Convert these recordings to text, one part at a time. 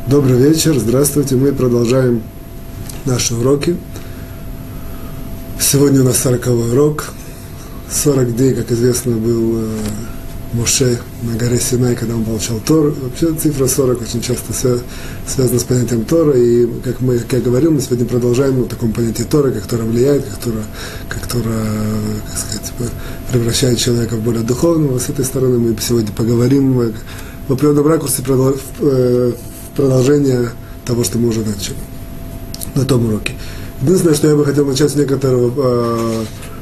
Добрый вечер, здравствуйте. Мы продолжаем наши уроки. Сегодня у нас 40-й урок. 40 дней, как известно, был Моше на горе Синай, когда он получал Тору. Вообще цифра 40 очень часто связана с понятием Тора. И, как я говорил, мы сегодня продолжаем в таком понятии Торы, которое влияет, которое, как сказать, превращает человека в более духовного. С этой стороны мы сегодня поговорим в определенном ракурсе продолжение того, что мы уже начали на том уроке. Единственное, что я бы хотел начать с некоторого,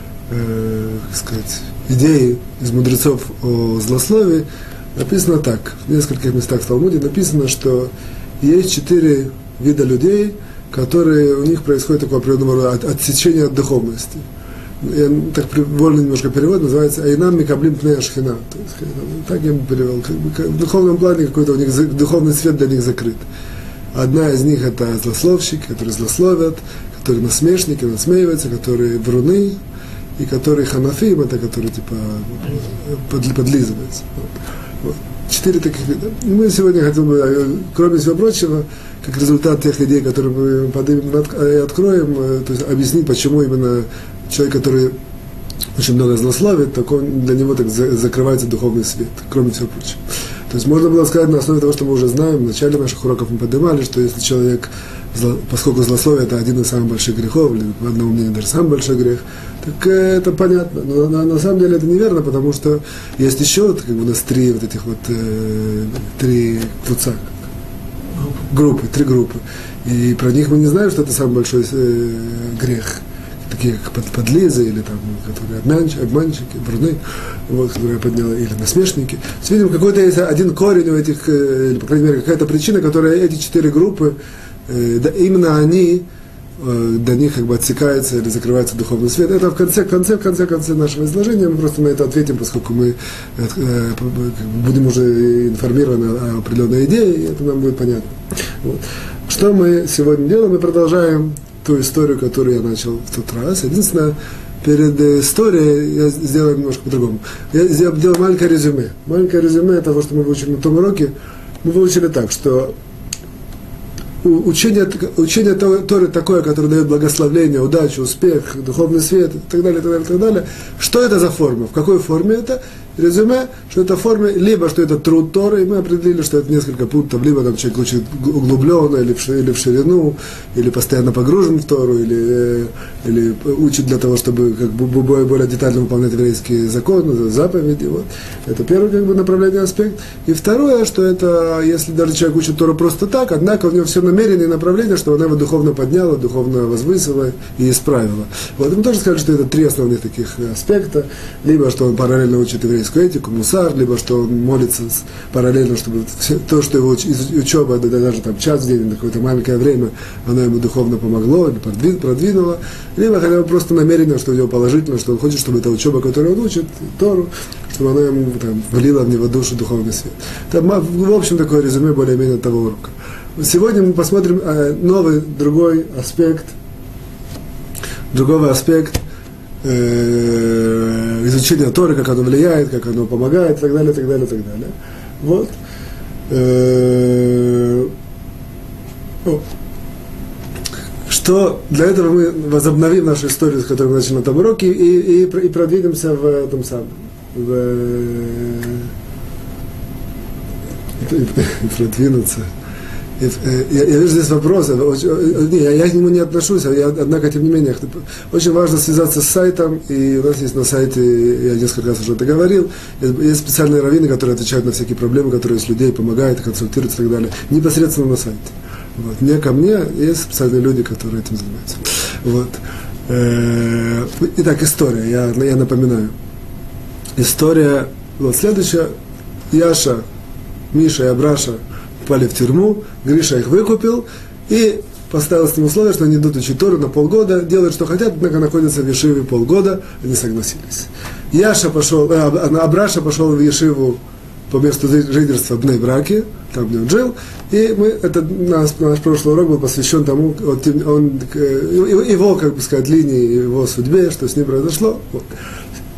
идеи из мудрецов о злословии. Написано так, в нескольких местах в Талмуде написано, что есть 4 вида людей, которые, у них происходит такое определенного рода отсечение от духовности. Я так вольно немножко перевод, называется «Айнам микаблим пней ашхина». Так я бы перевел. В духовном плане какой-то у них духовный свет для них закрыт. Одна из них – это злословщики, которые злословят, которые насмешники, насмеиваются, которые вруны, и которые ханафим, это которые типа подлизываются. Вот. 4 таких вида. И мы сегодня хотим бы, кроме всего прочего, как результат тех идей, которые мы поднимем и откроем, то есть объяснить, почему именно человек, который очень много злословит, так он, для него так закрывается духовный свет, кроме всего прочего. То есть можно было сказать на основе того, что мы уже знаем, в начале наших уроков мы поднимали, что если человек, поскольку злословие это один из самых больших грехов, или по одному мнению даже самый большой грех, так это понятно. Но на самом деле это неверно, потому что есть еще у нас 3 группы, 3 группы. И про них мы не знаем, что это самый большой грех. Такие как подлизы, или там, которые обманщики, вруны, вот, которые я поднял, или насмешники. Видим, какой-то есть один корень у этих, или, по крайней мере, какая-то причина, которая эти 4 группы, именно они, до них как бы отсекается или закрывается духовный свет. Это в конце нашего изложения, мы просто на это ответим, поскольку мы будем уже информированы о определенной идее, и это нам будет понятно. Вот. Что мы сегодня делаем? Мы продолжаем ту историю, которую я начал в тот раз. Единственное, перед историей я сделаю немножко по-другому. Я сделал маленькое резюме. Маленькое резюме того, что мы выучили на том уроке. Мы выучили так, что учение Торы такое, которое дает благословение, удачу, успех, духовный свет и так далее, и так далее, и так далее. Что это за форма? В какой форме это? Резюме, что это в форме, либо что это труд Торы, и мы определили, что это несколько пунктов, либо там человек учит углубленно, или в ширину, или постоянно погружен в Тору, или учит для того, чтобы как бы более детально выполнять еврейские законы, заповеди. Вот. Это первое как бы направление, аспект. И второе, что это, если даже человек учит Тору просто так, однако у него все намерение и направление, что она его духовно подняла, духовно возвысила и исправила. Вот. И мы тоже скажем, что это 3 основных таких аспекта, либо что он параллельно учит еврейскую этику, мусар, либо что он молится параллельно, чтобы все, то, что его учеба, даже там час в день, на какое-то маленькое время, оно ему духовно помогло, или продвинуло, либо хотя бы просто намеренно, что у него положительно, что он хочет, чтобы эта учеба, которую он учит, Тору, чтобы она ему там, влила в него душу духовный свет. Это, в общем, такое резюме более-менее того урока. Сегодня мы посмотрим другой аспект изучение Торы, как оно влияет, как оно помогает, и так далее, и так далее, и так далее. Вот. Что для этого мы возобновим нашу историю, с которой мы начали на том уроке, и продвинемся в том самом. Продвинуться. Я вижу здесь вопрос, я к нему не отношусь, однако, тем не менее, очень важно связаться с сайтом, и у нас есть на сайте, я несколько раз уже это говорил, есть специальные раввины, которые отвечают на всякие проблемы, которые есть людей, помогают, консультируют и так далее, непосредственно на сайте. Вот. Не ко мне, есть специальные люди, которые этим занимаются. Вот. Итак, история, я напоминаю. История вот следующая. Яша, Миша и Абраша попали в тюрьму, Гриша их выкупил и поставил с ним условие, что они идут учить Тору на полгода, делают, что хотят, однако находятся в Ешиве полгода, они согласились. Абраша пошел в Ешиву по месту жительства в Бней-Браке, там где он жил, и наш прошлый урок был посвящен тому, его, как бы сказать, линии, его судьбе, что с ним произошло. Вот.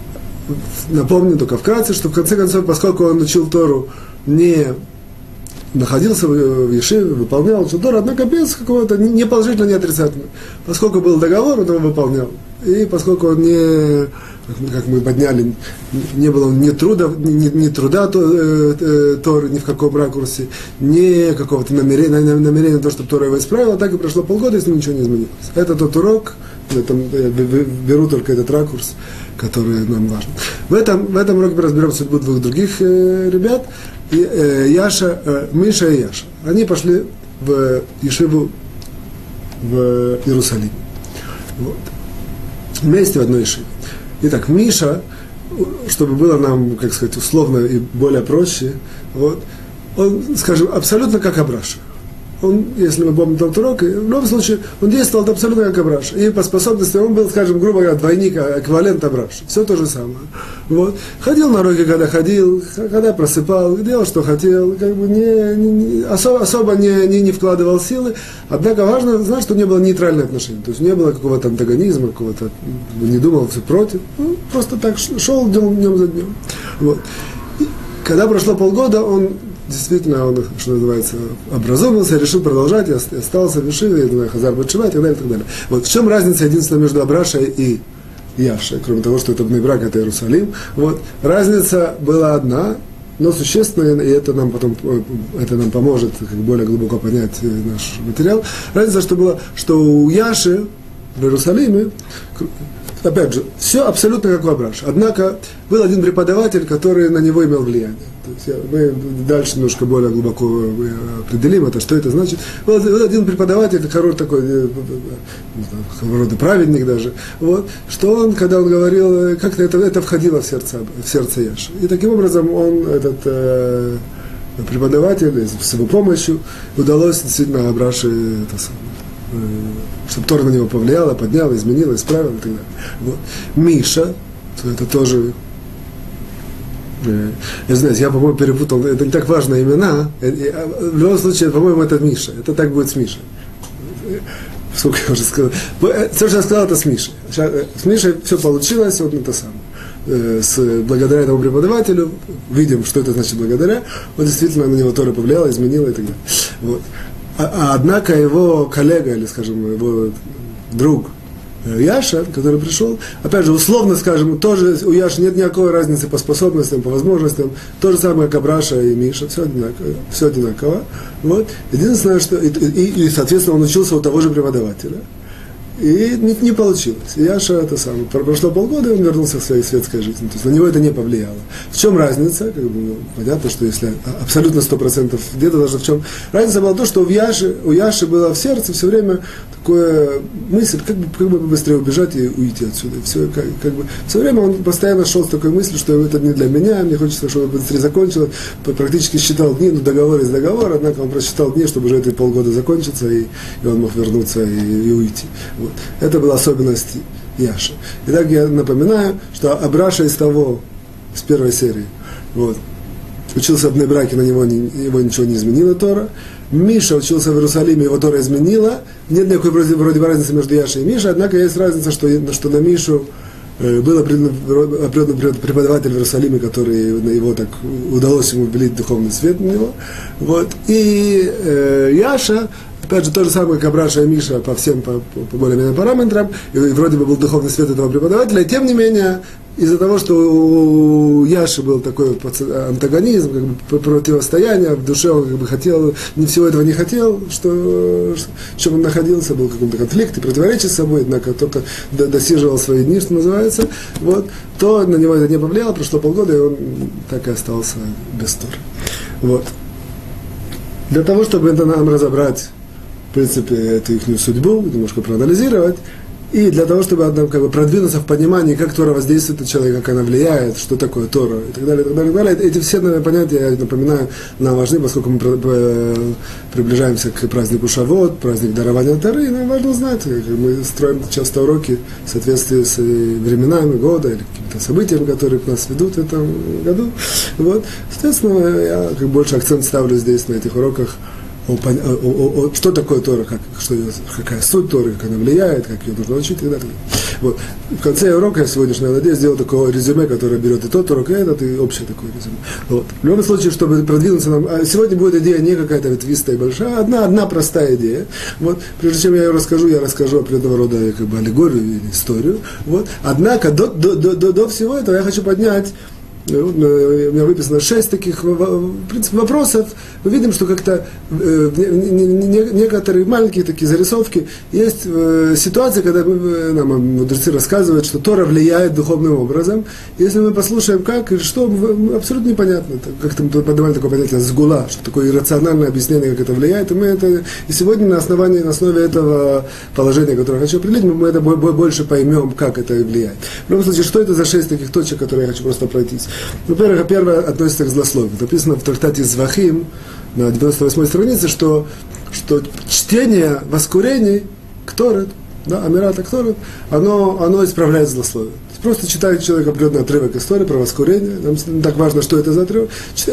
Напомню только вкратце, что в конце концов, поскольку он учил Тору не находился в Ешиве, выполнял Тору, однако без какого-то не положительного, не отрицательного. Поскольку был договор, он его выполнял. И поскольку он не, как мы подняли, не было ни труда Торы ни в каком ракурсе, ни какого-то намерения то, чтобы Тора его исправила, так и прошло полгода, и с ним ничего не изменилось. Это тот урок, я беру только этот ракурс, который нам важен. В этом уроке мы разберем судьбу двух других ребят, Миша и Яша. Они пошли в Ешиву в Иерусалим. Вот. Вместе в одной Ешиве. Итак, Миша, чтобы было нам, как сказать, условно и более проще, вот, он, скажем, абсолютно как Абраша. Он, если мы помним тот урок, в любом случае, он действовал абсолютно как Абраша. И по способности он был, скажем, грубо говоря, двойник, эквивалент Абраша. Все то же самое. Вот. Ходил на уроки, когда ходил, когда просыпал, делал, что хотел, как бы особо не вкладывал силы. Однако важно знать, что не было нейтрального отношения. То есть не было какого-то антагонизма, какого-то, не думал все против. Ну, просто так шел днем за днем. Вот. И когда прошло полгода, он действительно, он, что называется, образумился, решил продолжать, и остался в Ешиве, я думаю, Хазар Батшева, и так далее, и так далее. Вот в чем разница единственная между Абрашей и Яшей, кроме того, что это брак, это Иерусалим. Вот. Разница была одна, но существенная, и это нам потом, это нам поможет как более глубоко понять наш материал. Разница, что была, что у Яши в Иерусалиме, опять же, все абсолютно как у Абраша. Однако был один преподаватель, который на него имел влияние. То есть мы дальше немножко более глубоко определим это, что это значит. Был один преподаватель, хороший такой, рода праведник даже, вот, что он, когда он говорил, как-то это входило в сердце Яши. И таким образом он, этот преподаватель, с его помощью удалось действительно Абраше это самое, чтобы Тора на него повлияла, подняла, изменила, исправила и так далее. Вот. Миша, это тоже, я знаю, я, по-моему, перепутал, это не так важные имена, в любом случае, по-моему, это Миша, это так будет с Мишей. Сколько я уже сказал. Все, что я сказал, это с Мишей. С Мишей все получилось, вот это самое. Благодаря этому преподавателю, видим, что это значит благодаря, он действительно на него Тора повлияла, изменила и так далее. Вот. Однако его коллега, или, скажем, его друг Яша, который пришел, опять же, условно, скажем, тоже у Яши нет никакой разницы по способностям, по возможностям, то же самое, как Абраша и Миша, все одинаково. Вот. Единственное, что... И, соответственно, он учился у того же преподавателя. И не получилось. И Яша это самое. Прошло полгода, и он вернулся к своей светской жизни. То есть на него это не повлияло. В чем разница? Как бы, понятно, что если абсолютно 100%, где-то даже в чем. Разница была то, что у Яши было в сердце все время такое мысль, как бы быстрее убежать и уйти отсюда. Все время он постоянно шел с такой мыслью, что это не для меня, мне хочется, чтобы быстрее закончилось. Практически считал дни, договор из договора, однако он просчитал дни, чтобы уже эти полгода закончиться, и он мог вернуться и уйти. Вот. Это была особенность Яши. Итак, я напоминаю, что Абраша из первой серии, вот, учился в Бней-Браке, на него ничего не изменила Тора. Миша учился в Иерусалиме, его Тора изменила. Нет никакой вроде бы разницы между Яшей и Мишей, однако есть разница, что на Мишу был определенный преподаватель в Иерусалиме, который его так удалось ему влить духовный свет на него. Вот. И Яша, опять же, то же самое, как Абраша и Миша по всем, по более-менее параметрам, и вроде бы был духовный свет этого преподавателя, и тем не менее, из-за того, что у Яши был такой антагонизм, как бы противостояние, в душе он как бы хотел, не всего этого не хотел, в чем он находился, был какой-то конфликт и противоречие с собой, однако только досиживал свои дни, что называется, вот, то на него это не повлияло, прошло полгода, и он так и остался без Торы. Вот. Для того, чтобы это нам разобрать, в принципе, эту их судьбу, немножко проанализировать, и для того, чтобы как бы, продвинуться в понимании, как Тора воздействует на человека, как она влияет, что такое Тора, и так далее, и так далее, и так далее. Эти все понятия, я напоминаю, нам важны, поскольку мы приближаемся к празднику Шавот, праздник дарования Торы, и нам важно знать, мы строим часто уроки в соответствии с временами года или какими-то событиями, которые нас ведут в этом году. Вот. Соответственно, я больше акцент ставлю здесь, на этих уроках, что такое Тора, какая суть Торы, как она влияет, как ее нужно учить и так далее. Вот. В конце урока я сегодняшнего, надеюсь, сделал такое резюме, которое берет и тот урок, и этот, и общее такое резюме. Вот. В любом случае, чтобы продвинуться нам... Сегодня будет идея не какая-то ветвистая и большая, одна простая идея. Вот. Прежде чем я ее расскажу определенного рода как бы аллегорию или историю. Вот. Однако до всего этого я хочу поднять. У меня выписано 6 таких, в принципе, вопросов. Мы видим, что как-то некоторые маленькие такие зарисовки. Есть ситуации, когда нам мудрецы рассказывают, что Тора влияет духовным образом. Если мы послушаем как и что, абсолютно непонятно. Как-то мы подавали такое понятие сгула, что такое иррациональное объяснение, как это влияет. И сегодня на основе этого положения, которое я хочу определить, мы это больше поймем, как это влияет. В любом случае, что это за 6 таких точек, которые я хочу просто пройтись. Во-первых, первое относится к злословию. Написано в трактате Звахим на 98-й странице, что чтение воскурений, кторет, амират кторет, оно исправляет злословие. Просто читает человек определенный отрывок истории про воскурение. Нам так важно, что это за отрывок.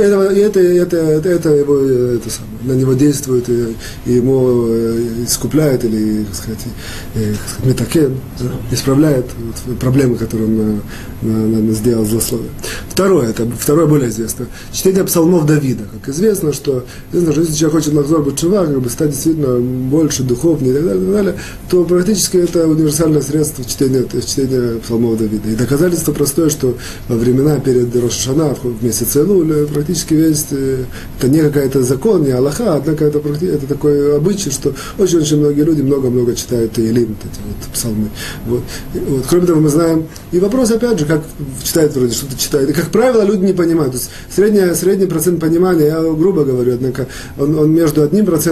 Это его, на него действует и ему искупляет или, так сказать, метакен, исправляет проблемы, которые он сделал злословие. Второе более известно. Чтение псалмов Давида. Как известно, что если человек хочет лахзор бетшува, как бы стать действительно больше духовнее и так далее, то практически это универсальное средство чтения псалмов Давида. И доказательство простое, что во времена перед Рош ха-Шана, в месяц Элуль, практически весь, это не какая-то закон, не алаха, однако это такой обычай, что очень-очень многие люди много-много читают Теилим, эти вот псалмы. Вот. Кроме того, мы знаем, и вопрос опять же, как читает вроде, что-то читает, и как правило люди не понимают. То есть средний процент понимания, я грубо говорю, однако он между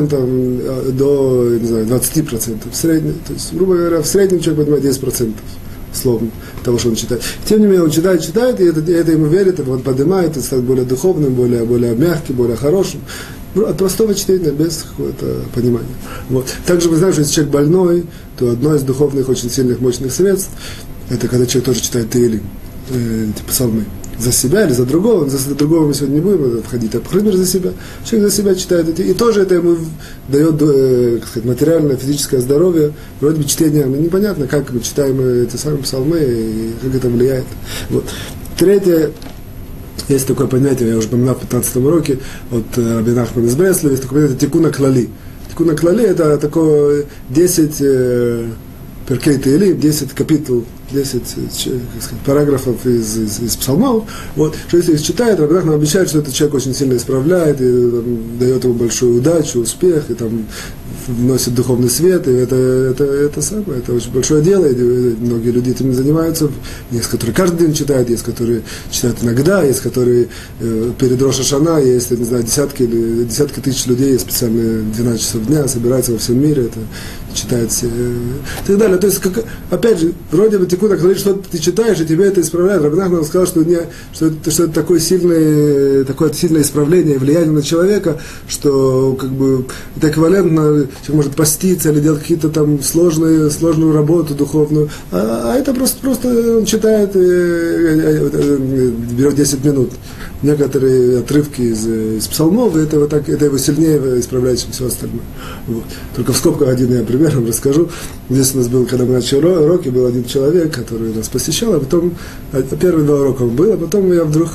1% до, не знаю, 20%. Средний, то есть, грубо говоря, в среднем человек понимает 10%. Словно того, что он читает. Тем не менее, он читает, и это ему верит, это поднимает, и становится более духовным, более мягким, более хорошим. От простого чтения, без какого-то понимания. Вот. Также мы знаем, что если человек больной, то одно из духовных, очень сильных, мощных средств, это когда человек тоже читает Теилим, типа псалмы. За себя или за другого. За другого мы сегодня не будем входить, а по крайней мере за себя. Человек за себя читает эти. И тоже это ему дает, как сказать, материальное, физическое здоровье. Вроде бы чтение, непонятно, как мы читаем эти самые псалмы и как это влияет. Вот. Третье, есть такое понятие, я уже упоминал в 15 уроке от Раби Нахмана из Бреслова, есть такое понятие тикуна клали. Тикуна клали это такое 10 перкей Теилим, 10 капитул, 10 параграфов из псалмов, вот, что если их читает, Раби Нахман обещает, что этот человек очень сильно исправляет, и дает ему большую удачу, успех, и там вносит духовный свет, и это очень большое дело, и многие люди этим занимаются, есть, которые каждый день читают, есть, которые читают иногда, есть, которые перед Рош ха-Шана, есть, не знаю, десятки тысяч людей, специально 12 часов дня собираются во всем мире, это читают все, и так далее. То есть, опять же, вроде бы тикун клали, что ты читаешь, и тебе это исправляет. Раби Нахман сказал, что это такое сильное исправление и влияние на человека, что как бы это эквивалентно, человек может поститься или делать какие-то там сложную работу духовную, а это просто он читает, берет 10 минут. Некоторые отрывки из псалмов, и это его сильнее исправляет, чем все остальное. Вот. Только в скобках один я пример вам расскажу. Здесь у нас был, когда мы начали уроки, был один человек, который нас посещал, а потом первые 2 урока он был, а потом я вдруг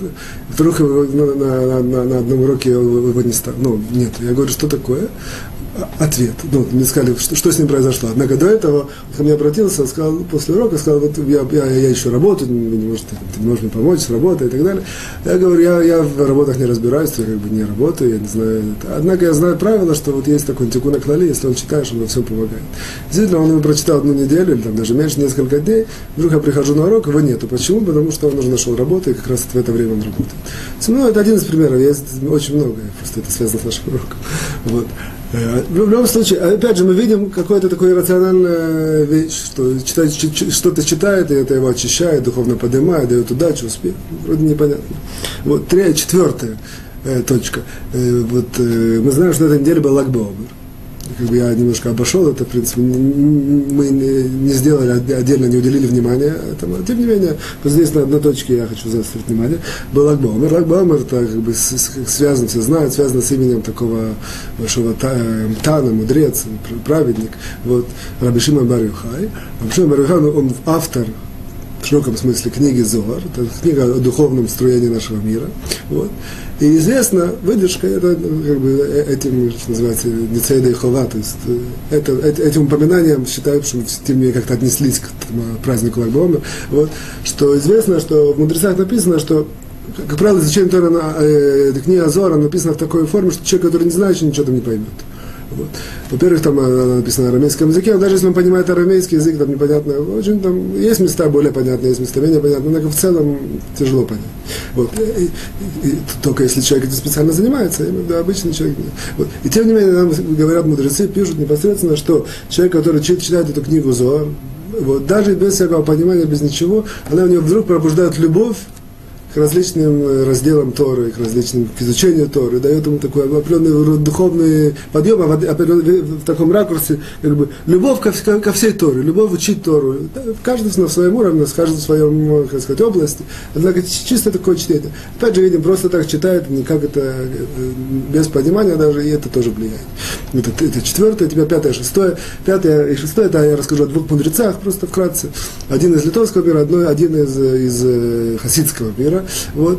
на одном уроке его не стал. Нет, я говорю, что такое? Ответ. Мне сказали, что с ним произошло. Однако до этого он ко мне обратился, сказал, после урока, сказал, вот я еще работаю, ты не можешь мне помочь с работой и так далее. Я говорю, я в работах не разбираюсь, я как бы не работаю, я не знаю. Однако я знаю правило, что вот есть такой тикун клали, если он читаешь, он во всем помогает. Действительно, он его прочитал 1 неделю, или там даже меньше, несколько дней, вдруг я прихожу на урок, его нету. Почему? Потому что он уже нашел работу, и как раз в это время он работает. Это один из примеров, есть очень много, просто это связано с нашим уроком. Вот. В любом случае, опять же, мы видим какое-то такое иррациональная вещь, что что-то читает, и это его очищает, духовно поднимает, дает удачу, успех. Вроде непонятно. Вот, 4-я точка. Мы знаем, что на этой неделе был Lag BaOmer. как бы я немножко обошел это, в принципе, мы не сделали отдельно, не уделили внимания этому. Тем не менее, вот здесь на одной точке я хочу заострить внимание. Был Lag BaOmer. Lag BaOmer это как бы связано, все знают, связано с именем такого большого Тана, мудрец, праведник, вот, Раби Шимон бар Йохай. Раби Шимон бар Йохай, он автор в широком смысле книги Зоар, это книга о духовном строении нашего мира. Вот. И известно, выдержка, это как бы этим, что называется, Ницейда и Хова, то есть этим упоминанием считают, что тем не менее как-то отнеслись к празднику Lag BaOmer, вот, что известно, что в мудрецах написано, что, как правило, изучение Тора книга Зоара написано в такой форме, что человек, который не знает, ничего там не поймет. Вот. Во-первых, там она написана на арамейском языке, но даже если он понимает арамейский язык, там непонятно, очень там есть места более понятные, есть места менее понятные, но в целом тяжело понять. Вот. И только если человек этим специально занимается, да, обычный человек. Вот. И тем не менее, нам говорят мудрецы, пишут непосредственно, что человек, который читает эту книгу Зоар, вот, даже без всякого понимания, без ничего, она у него вдруг пробуждает любовь к различным разделам Торы, к изучению Торы, дает ему такой определенный духовный подъем, а в таком ракурсе, как бы, любовь ко всей Торе, любовь учить Тору. Каждый на своем уровне, каждый в своем, как сказать, области. Однако чисто такое чтение. Опять же, видим, просто так читает, никак это, без понимания даже, и это тоже влияет. Это четвертое, теперь пятое, шестое. Пятое и шестое, это я расскажу о двух мудрецах, просто вкратце. Один из литовского мира, один из хасидского мира. Вот.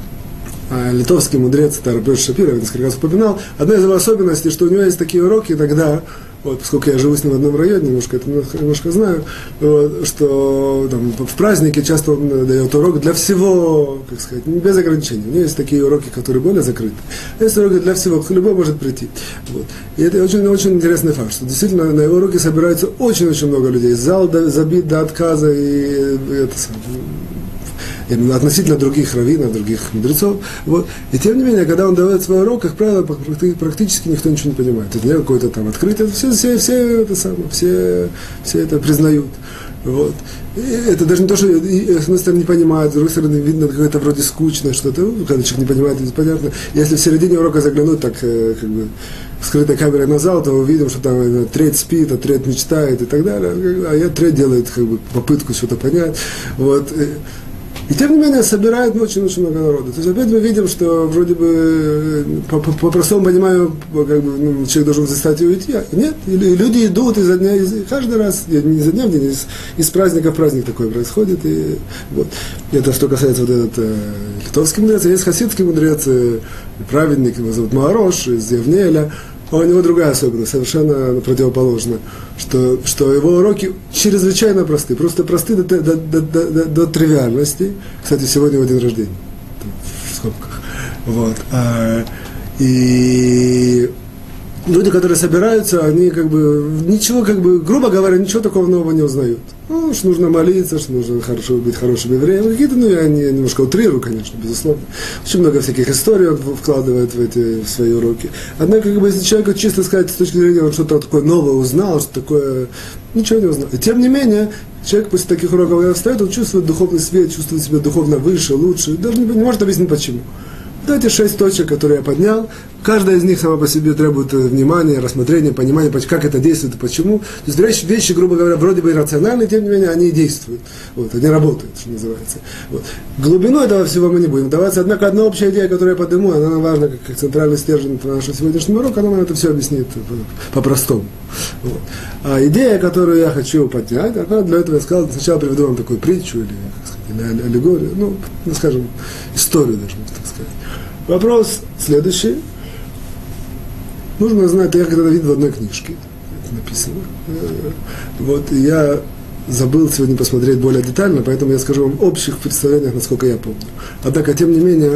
А литовский мудрец, это Рабби Шапира, я несколько раз упоминал. Одна из его особенностей, что у него есть такие уроки иногда, вот, поскольку я живу с ним в одном районе, немножко знаю, вот, что там, в празднике часто он дает урок для всего, как сказать, без ограничений. У него есть такие уроки, которые более закрыты. А есть уроки для всего, любой может прийти. Вот. И это очень интересный факт, что действительно на его уроки собирается очень-очень много людей. Зал забит до отказа, и это именно относительно других раввинов, других мудрецов. Вот. И тем не менее, когда он дает свой урок, как правило, практически никто ничего не понимает. Это не какое-то там открытие, все это признают. Вот. И это даже не то, что с одной стороны не понимают, с другой стороны видно какое-то вроде скучное что-то, когда человек не понимает, это понятно. Если в середине урока заглянуть так, как бы, скрытой камерой на зал, то мы видим, что там треть спит, а треть мечтает и так далее, а треть делает как бы, попытку что-то понять. Вот. И тем не менее собирают очень-очень много народа. То есть опять мы видим, что вроде бы по простому пониманию как бы, человек должен встать и уйти. Нет, люди идут изо дня, каждый раз, не изо дня в день, из праздника в праздник такое происходит. И вот. Это что касается вот этот литовский мудрец. Есть хасидский мудрец, праведник, его зовут Маарош, из Евнеля. А у него другая особенность, совершенно противоположная, что его уроки чрезвычайно просты, просто просты до тривиальности. Кстати, сегодня его день рождения, в скобках. Вот. И люди, которые собираются, они как бы ничего, как бы, грубо говоря, ничего такого нового не узнают. Ну, что нужно молиться, что нужно быть хорошим евреем. Какие-то, я немножко утрирую, конечно, безусловно. Очень много всяких историй он вкладывает в свои уроки. Однако, как бы, если человеку чисто сказать, с точки зрения, он что-то такое новое узнал, что такое, ничего не узнал. И тем не менее, человек после таких уроков встает, он чувствует духовный свет, чувствует себя духовно выше, лучше. Даже не может объяснить почему. Вот эти 6 точек, которые я поднял, каждая из них сама по себе требует внимания, рассмотрения, понимания, как это действует и почему. То есть вещи, грубо говоря, вроде бы иррациональные, тем не менее, они действуют. Вот, они работают, что называется. Вот. Глубину этого всего мы не будем даваться. Однако одна общая идея, которую я подниму, она важна как центральный стержень нашего сегодняшнего урока, она нам это все объяснит по-простому. Вот. А идея, которую я хочу поднять, для этого я сказал, сначала приведу вам такую притчу или аллегорию, скажем, историю даже, можно так сказать. Вопрос следующий. Нужно знать, я когда-то видел в одной книжке, это написано. Вот, я забыл сегодня посмотреть более детально, поэтому я скажу вам общих представлениях, насколько я помню. Однако, тем не менее,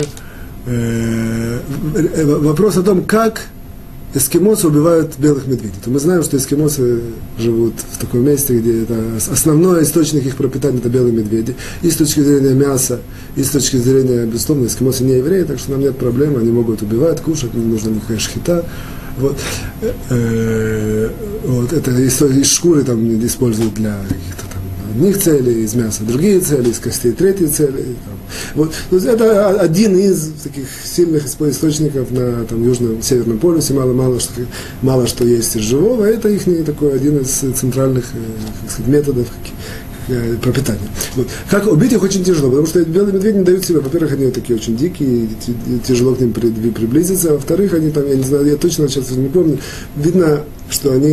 вопрос о том, как эскимосы убивают белых медведей. То мы знаем, что эскимосы живут в таком месте, где это основной источник их пропитания – это белые медведи. И с точки зрения мяса, и с точки зрения, безусловно, эскимосы не евреи, так что нам нет проблем, они могут убивать, кушать, не нужна никакая шхита. Вот. Вот. Это из шкуры там используют для каких-то там одних целей, из мяса другие цели, из костей третьи цели. Там. Вот. То есть это один из таких сильных источников на там, Южном, Северном полюсе, мало что есть из живого, это их такой один из центральных методов пропитания. Вот. Как убить их очень тяжело, потому что белые медведи не дают себя. Во-первых, они такие очень дикие, тяжело к ним приблизиться. Во-вторых, они там, я не знаю, я точно сейчас не помню, видно, что они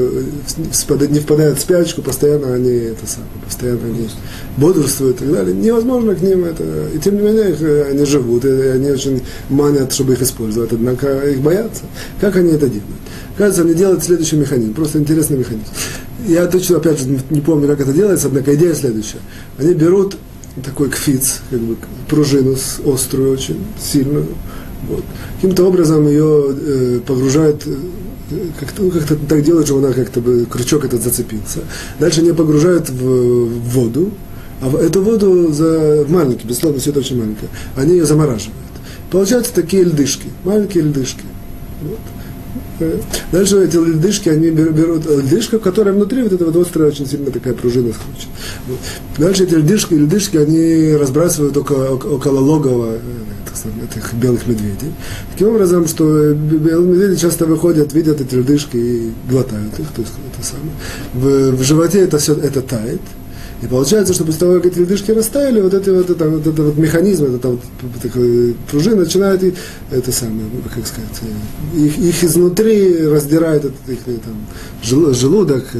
не впадают в спячку, постоянно они бодрствуют и так далее. Невозможно к ним это. И тем не менее, они живут, и они очень манят, чтобы их использовать, однако их боятся. Как они это делают? Кажется, они делают следующий механизм, просто интересный механизм. Я точно, опять же, не помню, как это делается, однако идея следующая. Они берут такой кфиц, как бы пружину острую очень, сильную, вот. Каким-то образом ее погружают, как-то так делают, чтобы она как-то бы, крючок этот зацепился. Дальше они погружают в воду, а эту воду маленькие, безусловно, все это очень маленькое, они ее замораживают. Получаются такие льдышки, маленькие льдышки. Вот. Дальше эти льдышки, они берут льдышку, которая внутри вот эта вот острая, очень сильно такая пружина скручена. Вот. Дальше эти льдышки, они разбрасывают около логова этих белых медведей. Таким образом, что белые медведи часто выходят, видят эти льдышки и глотают их. То есть это самое. В животе это тает. И получается, что после того, как эти льдышки растаяли, вот этот механизм, пружина начинает это самое, как сказать, их изнутри раздирает их желудок, или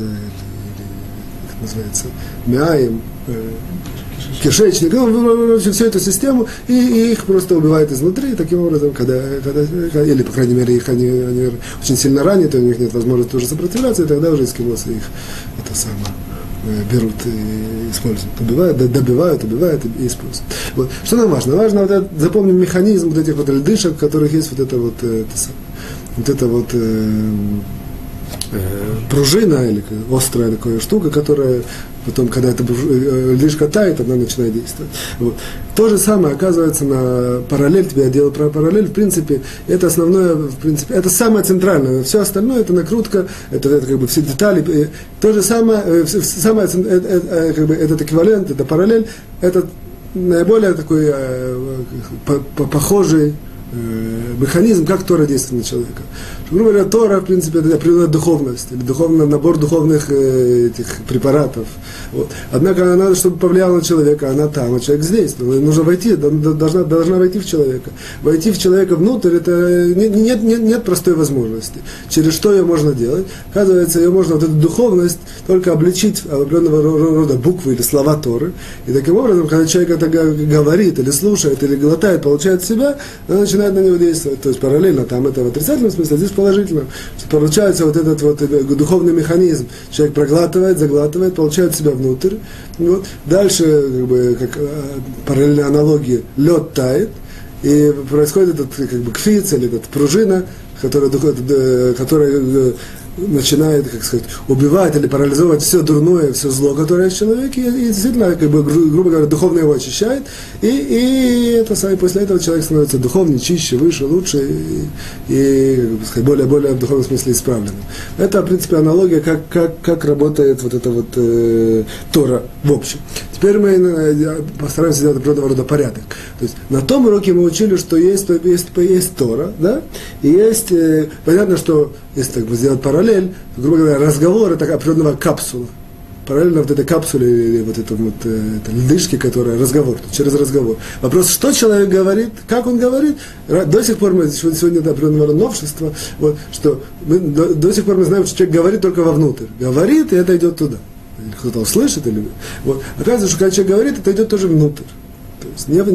как называется, мяем, кишечник, всю эту систему, и их просто убивает изнутри, таким образом, или, по крайней мере, они очень сильно ранят, у них нет возможности уже сопротивляться, и тогда уже эскимосы их это самое берут и используют, добивают и используют. Вот. Что нам важно? Важно вот запомнить механизм вот этих вот льдышек, в которых есть вот эта пружина или острая такая штука, которая потом, когда эта льдышка тает, она начинает действовать. Вот. То же самое оказывается на параллель, я делал про параллель, в принципе, это основное, в принципе, это самое центральное, все остальное это накрутка, это как бы все детали, то же самое, как бы, этот эквивалент, это параллель, это наиболее такой похожий механизм, как Тора действует на человека. Грубо говоря, Тора, в принципе, это определенная духовность, или набор духовных этих препаратов. Вот. Однако надо, чтобы повлияло на человека, она там, а человек здесь. Нужно войти, должна войти в человека. Войти в человека внутрь, это нет простой возможности. Через что ее можно делать? Оказывается, ее можно, вот эту духовность, только обличить в определенного рода буквы или слова Торы. И таким образом, когда человек это говорит, или слушает, или глотает, получает себя, она начинает на него действовать. То есть параллельно, там это в отрицательном смысле, а здесь положительно. Получается вот этот вот духовный механизм. Человек проглатывает, заглатывает, получает себя внутрь. Вот. Дальше, как бы, как параллельная аналогия, лед тает, и происходит этот как бы кфиц, или этот пружина, которая начинает, как сказать, убивать или парализовать все дурное, все зло, которое есть в человеке, и действительно, как бы, грубо говоря, духовно его очищает, и после этого человек становится духовнее, чище, выше, лучше, и как бы сказать, более в духовном смысле исправленным. Это, в принципе, аналогия, как работает вот эта вот Тора в общем. Теперь мы постараемся сделать определенного рода порядок. То есть на том уроке мы учили, что есть Тора, да, и есть, понятно, что если так бы сделать параллель, то, грубо говоря, разговор это определенного капсула. Параллельно вот этой капсуле или вот этой вот льдышке, которая разговор, через разговор. Вопрос, что человек говорит, как он говорит, до сих пор мы, сегодня это определенного новшества, вот, что мы, до сих пор мы знаем, что человек говорит только вовнутрь. Говорит, и это идет туда. Кто-то услышит или... Вот. Оказывается, что когда человек говорит, это идет тоже внутрь. То есть не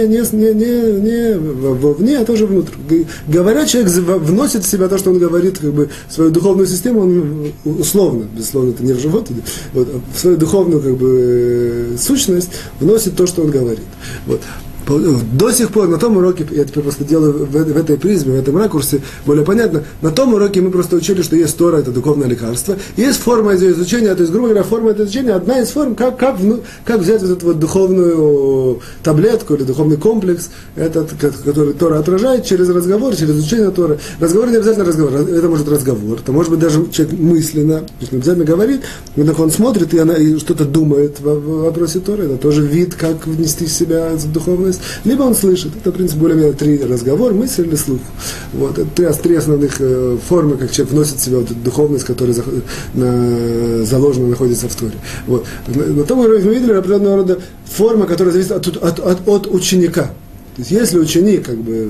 вовне, а тоже внутрь. Говоря, человек вносит в себя то, что он говорит, как бы, в свою духовную систему, он условно, безусловно, это не в живот, вот, в свою духовную как бы, сущность вносит то, что он говорит. Вот. До сих пор на том уроке, я теперь просто делаю в этой призме, в этом ракурсе более понятно, на том уроке мы просто учили, что есть Тора, это духовное лекарство, есть форма ее изучения, то есть, грубо говоря, форма этого изучения, одна из форм, как взять вот эту вот духовную таблетку или духовный комплекс, этот, который Тора отражает, через разговор, через изучение Торы. Разговор не обязательно разговор, это может разговор, это может быть даже человек мысленно, то есть не обязательно говорит, но он смотрит и что-то думает в вопросе Торы, это тоже вид, как внести в себя духовность, либо он слышит, это, в принципе, более-менее три: разговор, мысль или слух. Вот, это три основных формы, как человек вносит в себя вот эту духовность, которая заложена, находится в Торе. Вот. На том уровне мы видели определенного рода форма, которая зависит от ученика. То есть, если ученик, как бы,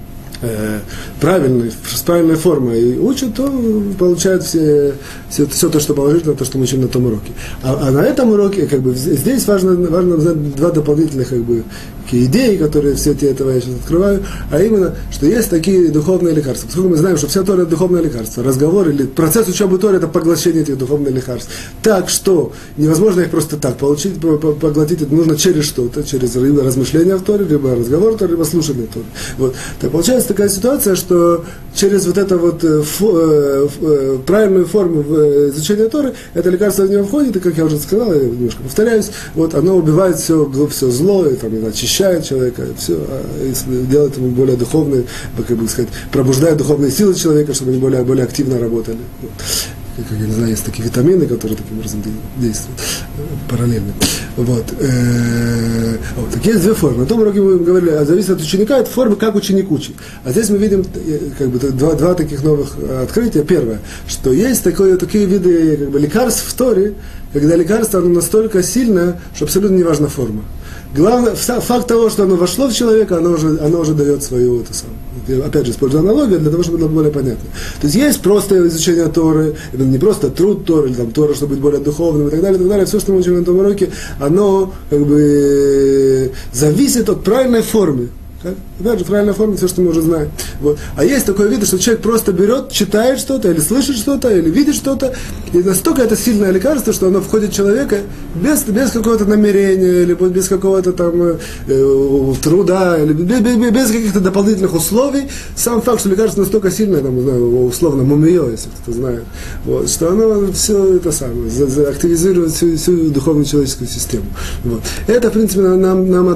с правильной формой учат, то получают все то, что положительно, то, что мы учим на том уроке. А на этом уроке, как бы, здесь важно знать два дополнительных, как бы, идеи, которые все те этого я сейчас открываю, а именно, что есть такие духовные лекарства. Поскольку мы знаем, что вся Тора – это духовное лекарство, разговор или процесс учебы Торы – это поглощение этих духовных лекарств. Так что невозможно их просто так поглотить, это нужно через что-то, через либо размышления в Торе, либо разговор в Торе, либо слушание Торы. Вот. Так получается такая ситуация, что через вот эту вот правильную форму изучения Торы это лекарство в него входит, и, как я уже сказал, я немножко повторяюсь, вот, оно убивает все зло, и, там, очищает человека, все, делает ему более духовный, как бы сказать, пробуждает духовные силы человека, чтобы они более активно работали. Вот. Как я не знаю, есть такие витамины, которые таким образом действуют параллельно. Вот. Так есть две формы. На том уроке мы говорили, зависит от ученика, это формы, как ученик учит. А здесь мы видим как бы, два таких новых открытия. Первое, что есть такие виды как бы, лекарств в Торе, когда лекарство оно настолько сильное, что абсолютно не важна форма. Главное, факт того, что оно вошло в человека, оно уже дает свою, это самое. Я, опять же, использую аналогию для того, чтобы было более понятно. То есть есть просто изучение Торы, это не просто труд Торы, или там Тора, чтобы быть более духовным и так далее, и так далее. Все, что мы учим на этом уроке, оно как бы зависит от правильной формы. Опять же, правильная форма, все, что мы уже знаем. Вот. А есть такой вид, что человек просто берет, читает что-то, или слышит что-то, или видит что-то, и настолько это сильное лекарство, что оно входит в человека без какого-то намерения, или без какого-то там труда, или без каких-то дополнительных условий. Сам факт, что лекарство настолько сильное, там, не знаю, условно, мумиё, если кто-то знает, вот, что оно все это самое, активизирует всю духовную человеческую систему. Вот. Это, в принципе, нам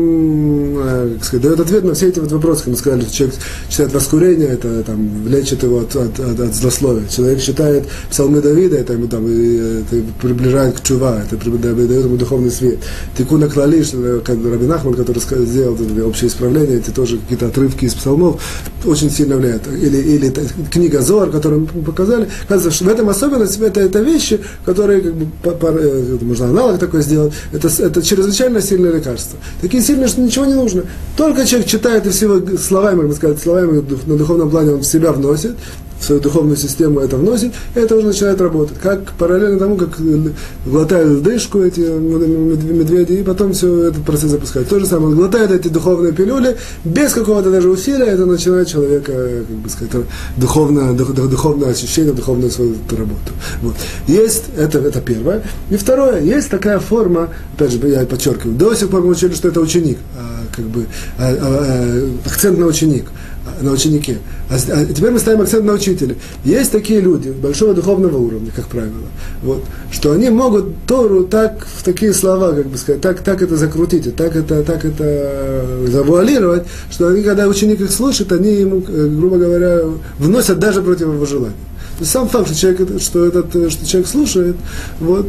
как сказать, дает ответ на все эти вот вопросы, как мы сказали, что человек читает воскурение, это там, лечит его от злословия. Человек читает псалмы Давида, это ему там, это приближает к чува, это дает ему духовный свет. Тикуна клали, как Раби Нахман, который сделал общее исправление, эти тоже какие-то отрывки из псалмов, очень сильно влияют. Или книга Зоар, которую мы показали, кажется, что в этом особенность, это вещи, которые, как бы, можно аналог такой сделать, это чрезвычайно сильное лекарство. Такие сильные, что ничего не нужно. Только человек читает и всего словами, можно сказать, словами на духовном плане он в себя вносит, в свою духовную систему это вносит, и это уже начинает работать. Как параллельно тому, как глотают дышку эти медведи, и потом все этот процесс запускает. То же самое, он глотает эти духовные пилюли, без какого-то даже усилия, это начинает человека, как бы сказать, духовное ощущение, духовную свою работу. Вот. Есть, это первое. И второе, есть такая форма, опять же, я подчеркиваю, до сих пор мы учили, что это ученик, как бы, акцент на ученике. А теперь мы ставим акцент на учителе. Есть такие люди большого духовного уровня, как правило, вот, что они могут Тору так, в такие слова, как бы сказать, так это закрутить, и так это завуалировать, что они, когда ученик их слушает, они ему, грубо говоря, вносят даже против его желания. То есть сам факт, что человек слушает, вот,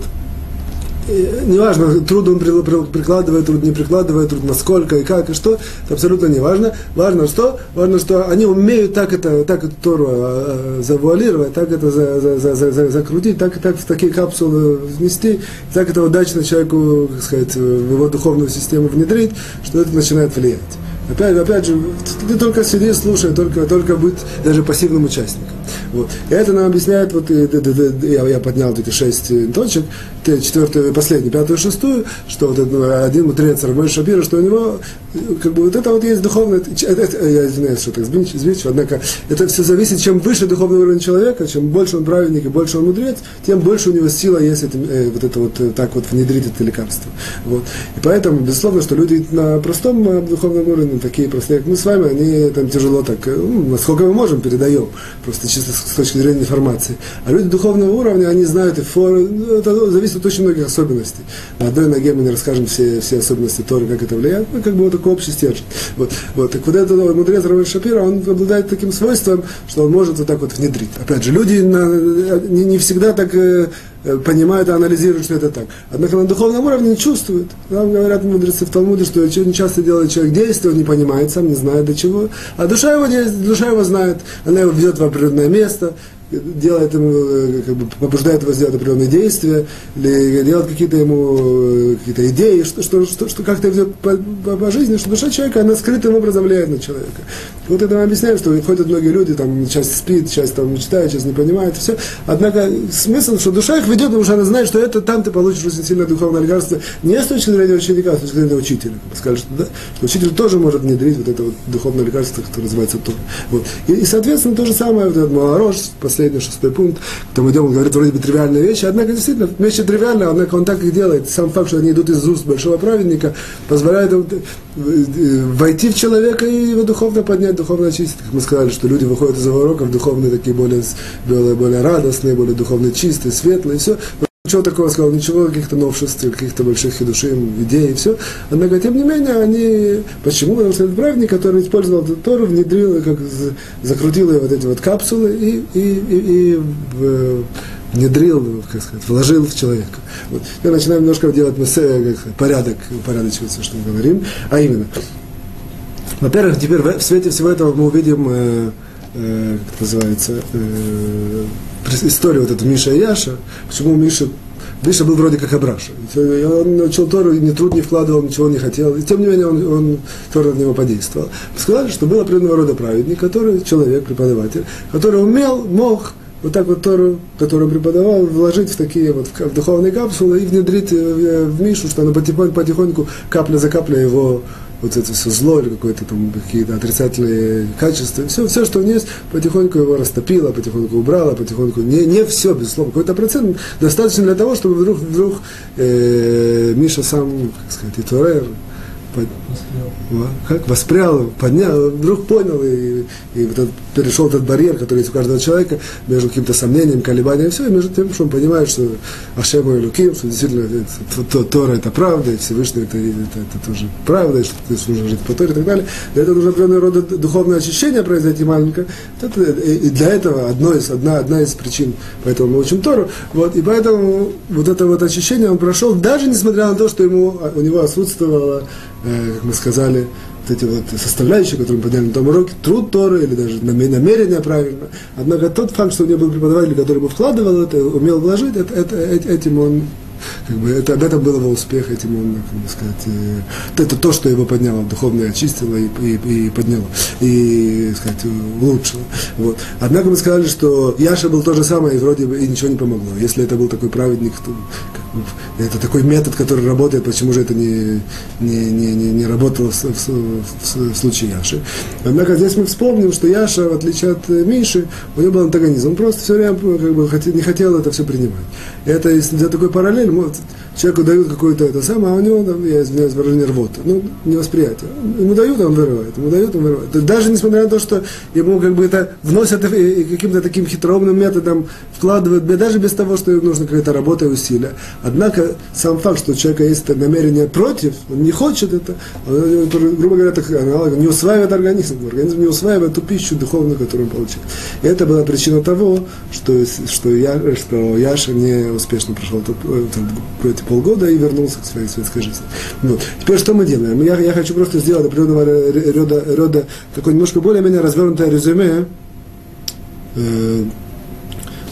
неважно, труд он прикладывает, труд не прикладывает, труд насколько и как и что, это абсолютно не важно. Важно, что они умеют так эту Тору завуалировать, так это закрутить, так в такие капсулы внести, так это удачно человеку, так сказать, в его духовную систему внедрить, что это начинает влиять. Опять же, ты только сиди, слушай, только быть даже пассивным участником. Вот. И это нам объясняет, вот я поднял эти 6 точек, 4-ю, последнюю, 5-ю, 6-ю, что вот один мудрец Рав Моше Шапира, что у него как бы вот это вот есть духовное, я извиняюсь, что так сбивчиво, однако это все зависит, чем выше духовный уровень человека, чем больше он праведник и больше он мудрец, тем больше у него сила есть вот это вот так вот внедрить это лекарство. Вот. И поэтому, безусловно, что люди на простом духовном уровне, такие простые, как мы с вами, они там тяжело так, насколько мы можем, передаем, просто чисто с точки зрения информации. А люди духовного уровня, они знают и это зависит от очень многих особенностей. На одной ноге мы не расскажем все особенности Торы, как это влияет, как бы вот такой общий стержень. Вот. Так вот этот мудрец Рав Моше Шапира, он обладает таким свойством, что он может вот так вот внедрить. Опять же, люди не всегда так понимают и анализируют, что это так. Однако на духовном уровне не чувствуют. Нам говорят мудрецы в Талмуде, что очень часто делает человек действие, он не понимает, сам не знает до чего. А душа его знает, она его ведет в определенное место, делает ему, как бы, побуждает его сделать определенные действия, или делает какие-то ему какие-то идеи, что как-то ведет по жизни, что душа человека, она скрытым образом влияет на человека. Вот это мы объясняем, что ходят многие люди, там, часть спит, часть там мечтает, часть не понимает, все. Однако смысл, что душа их ведет, потому что она знает, что это там ты получишь очень сильное духовное лекарство, не с точки зрения ученика, а с точки зрения учителя. Скажет, что, да, что учитель тоже может внедрить вот это вот духовное лекарство, которое называется Тора. Вот. И, соответственно, то же самое, вот этот Моарош, последний 6-й пункт, там идем, он говорит вроде бы тривиальные вещи, однако действительно вещи тривиальные, однако он так их делает. Сам факт, что они идут из уст большого праведника, позволяет ему войти в человека и его духовно поднять, духовно очистить. Как мы сказали, что люди выходят из уроков духовные, такие более радостные, более духовно чистые, светлые, и все. Ничего такого сказал, ничего, каких-то новшеств, каких-то больших хидушим, идей и все. Однако, тем не менее, они... Почему? Потому что этот праведник, который использовал эту Тору, внедрил, как закрутил вот эти вот капсулы и внедрил, как сказать, вложил в человека. Вот. Мы начинаем немножко делать упорядочиваться, что мы говорим. А именно, во-первых, теперь в свете всего этого мы увидим, как это называется, историю вот эту Миша и Яша. Почему Миша был вроде как Абраша. Он учил Тору, ни труд не вкладывал, ничего не хотел. И тем не менее он Тора на него подействовал. Сказали, что был определенного рода праведник, который, человек, преподаватель, который мог вот так вот Тору, которую он преподавал, вложить в такие вот в духовные капсулы и внедрить в Мишу, что она потихоньку, капля за каплей его вот это все зло или какое-то там какие-то отрицательные качества, все, что у него есть, потихоньку его растопило, потихоньку убрало, потихоньку, не все, безусловно, какой-то процент достаточно для того, чтобы вдруг Миша сам, как сказать, Итурер, воспрял, поднял, вдруг понял и перешел этот барьер, который есть у каждого человека между каким-то сомнением, колебанием, все, и между тем, что он понимает, что Ашем и Элоким, что действительно Тора это правда, и Всевышний это тоже правда, и что нужно жить по Торе и так далее. Для этого нужно определенного рода духовное очищение произойти маленькое. И для этого одна из причин, поэтому мы учим Тору. Вот, и поэтому вот это вот очищение он прошел, даже несмотря на то, что у него отсутствовало, как мы сказали, вот эти вот составляющие, которые мы подняли на том уроке, труд Торы или даже намерение правильно. Однако тот факт, что у него был преподаватель, который бы вкладывал это, умел вложить, этим он, как бы, об этом был его успех, этим он, как сказать, это то, что его подняло, духовно очистило и подняло, и, сказать, улучшило. Вот. Однако мы сказали, что Яша был то же самое, и вроде бы и ничего не помогло. Если это был такой праведник, то это такой метод, который работает, почему же это не работало в случае Яши. Однако здесь мы вспомним, что Яша, в отличие от Миши, у него был антагонизм. Он просто все время как бы, не хотел это все принимать. Это, если для такой параллель, человеку дают какое-то это самое, а у него, там, я извиняюсь, выражение рвота, невосприятие. Ему дают, он вырывает, ему дают, он вырывает. Даже несмотря на то, что ему как бы это вносят каким-то таким хитроумным методом, вкладывают, даже без того, что ему нужна какая-то работа и усилия. Однако сам факт, что у человека есть намерение против, он не хочет это, он, грубо говоря, не усваивает организм не усваивает ту пищу духовную, которую он получил. И это была причина того, что Яша не успешно прошел эти полгода и вернулся к своей светской жизни. Вот. Теперь что мы делаем? Я хочу просто сделать определенного рода такое немножко более-менее развернутое резюме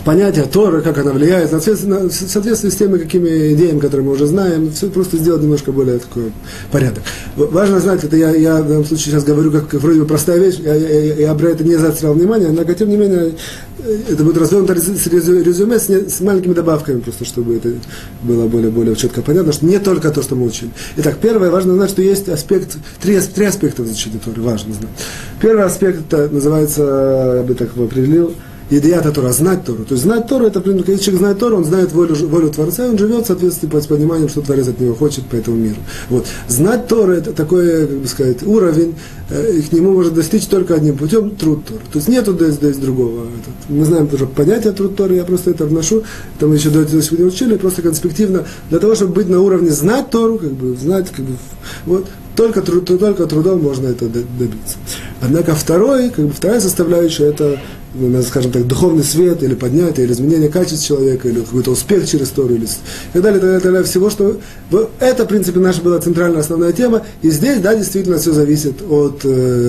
понятие Торы, как она влияет, в соответствии с теми какими идеями, которые мы уже знаем, все просто сделать немножко более такой порядок. Важно знать, это я в данном случае сейчас говорю, как вроде бы простая вещь, я про это не заострял внимание, однако, тем не менее, это будет развернуто резюме с маленькими добавками, просто чтобы это было более четко понятно, что не только то, что мы учили. Итак, первое, важно знать, что есть три аспекта в изучении Торы, важно знать. Первый аспект, это называется, я бы так его определил, идеята Тора, знать Тору. То есть знать Тору, это, когда человек знает Тору, он знает волю Творца, и он живет в соответствии с пониманием, что Творец от него хочет по этому миру. Вот. Знать Тору, это такой, как бы сказать, уровень, и к нему можно достичь только одним путем, труд Торы. То есть нету здесь другого. Мы знаем тоже понятие труд Торы, я просто это вношу, это мы еще до этого сегодня учили, просто конспективно, для того, чтобы быть на уровне знать Тору, как бы знать, как бы, вот, только трудом можно это добиться. Однако вторая составляющая, это, скажем так, духовный свет, или поднятие, или изменение качеств человека, или какой-то успех через Тору, или и так далее, так далее, всего, что... Это, в принципе, наша была центральная основная тема, и здесь, да, действительно, все зависит от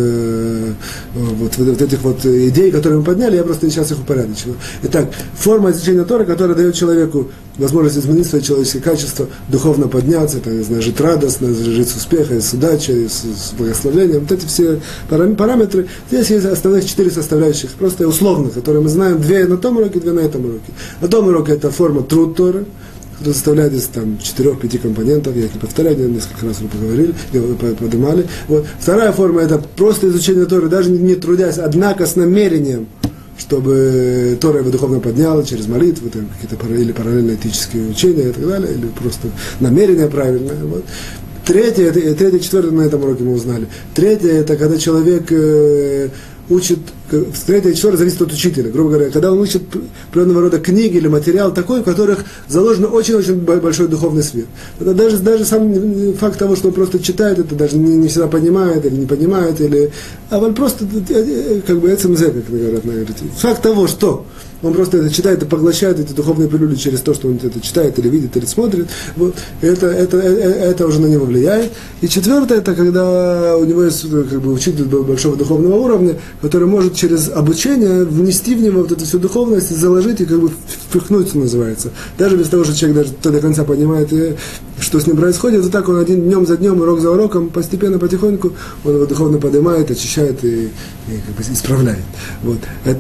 вот этих вот идей, которые мы подняли, я просто сейчас их упорядочил. Итак, форма изучения Торы, которая дает человеку возможность изменить свои человеческие качества, духовно подняться, это, не знаю, жить радостно, жить с успехом, с удачей, с благословением. Вот эти все параметры. Здесь есть основных 4 составляющих, просто условных, которые мы знаем, 2 на том уроке, 2 на этом уроке. На том уроке это форма труд Торы, которая составляет из 4-5 компонентов, я их не повторяю, несколько раз мы поговорили, поднимали. Вот. Вторая форма это просто изучение Торы, даже не трудясь, однако с намерением, чтобы Тора его духовно подняла через молитвы, там, какие-то или параллельные этические учения и так далее, или просто намерение правильное. Вот. Третье, четвертое на этом уроке мы узнали. Третье, это когда человек учит, третье и четвертое зависит от учителя, грубо говоря, когда он учит определенного рода книги или материал такой, в которых заложен очень-очень большой духовный свет. Это даже сам факт того, что он просто читает, это даже не всегда понимает или не понимает, или, а он просто, как бы, СМЗ, как говорят, наверное. Факт того, что он просто это читает и поглощает эти духовные прелюдии через то, что он это читает или видит, или смотрит. Вот. Это уже на него влияет. И четвертое, это когда у него есть как бы, учитель большого духовного уровня, который может через обучение внести в него вот эту всю духовность, заложить и как бы впихнуть, что называется. Даже без того, что человек даже до конца понимает, что с ним происходит, вот так он один днем за днем, урок за уроком, постепенно, потихоньку, он его духовно поднимает, очищает и как бы исправляет. Вот.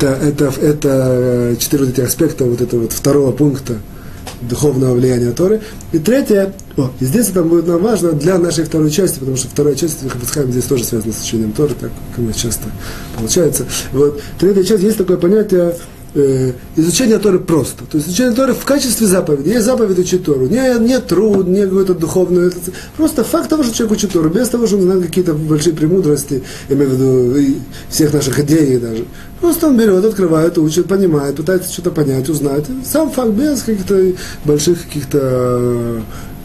Это 4 вот этих аспекта вот этого вот второго пункта духовного влияния Торы. И третье, и здесь это будет нам важно для нашей второй части, потому что вторая часть Хафец-Хаим здесь тоже связана с учением Торы, так как у нас часто получается. Вот. Третья часть, есть такое понятие изучение Торы просто. То есть изучение Торы в качестве заповеди. Есть заповедь учить Тору. Не труд, не какой-то духовный. Просто факт того, что человек учит Тору, без того, что он знает какие-то большие премудрости, я имею в виду всех наших идей даже. Просто он берет, открывает, учит, понимает, пытается что-то понять, узнать. Сам факт без каких-то больших каких-то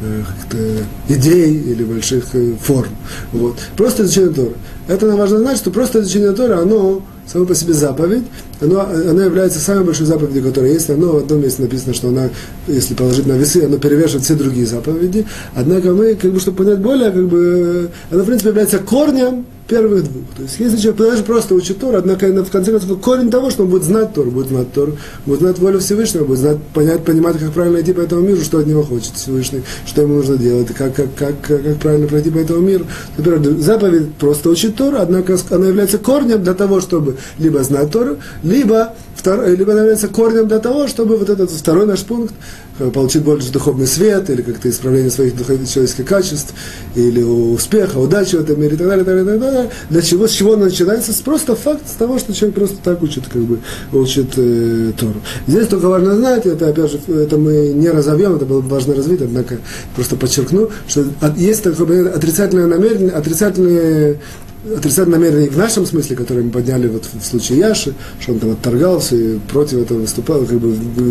идей или больших форм. Вот. Просто изучение Торы. Это нам важно знать, что просто изучение Торы, оно само по себе заповедь, оно является самой большой заповедью, которая есть. Оно в одном месте написано, что она, если положить на весы, оно перевешивает все другие заповеди. Однако мы, как бы, чтобы понять более, как бы, оно, в принципе, является корнем первых двух. То есть, если человек даже просто учит Тору, однако, в конце концов, корень того, что он будет знать Тору, будет знать волю Всевышнего, будет знать, понимать, как правильно идти по этому миру, что от него хочет Всевышний, что ему нужно делать, как правильно пройти по этому миру. Например, заповедь просто учить Тору, однако она является корнем для того, чтобы либо знать Тору, либо является корнем для того, чтобы вот этот второй наш пункт, получить больше духовный свет, или как-то исправление своих человеческих качеств, или успеха, удачи в этом мире, и так далее, и так далее, и так далее. Для чего, с чего оно начинается? Просто факт с того, что человек просто так учит, как бы, учит Тору. Здесь только важно знать, это, опять же, это мы не разовьем, это было бы важно развить, однако просто подчеркну, что есть такое отрицательное намерение, отрицательное намерение в нашем смысле, которое мы подняли вот в случае Яши, что он там отторгался и против этого выступал, как бы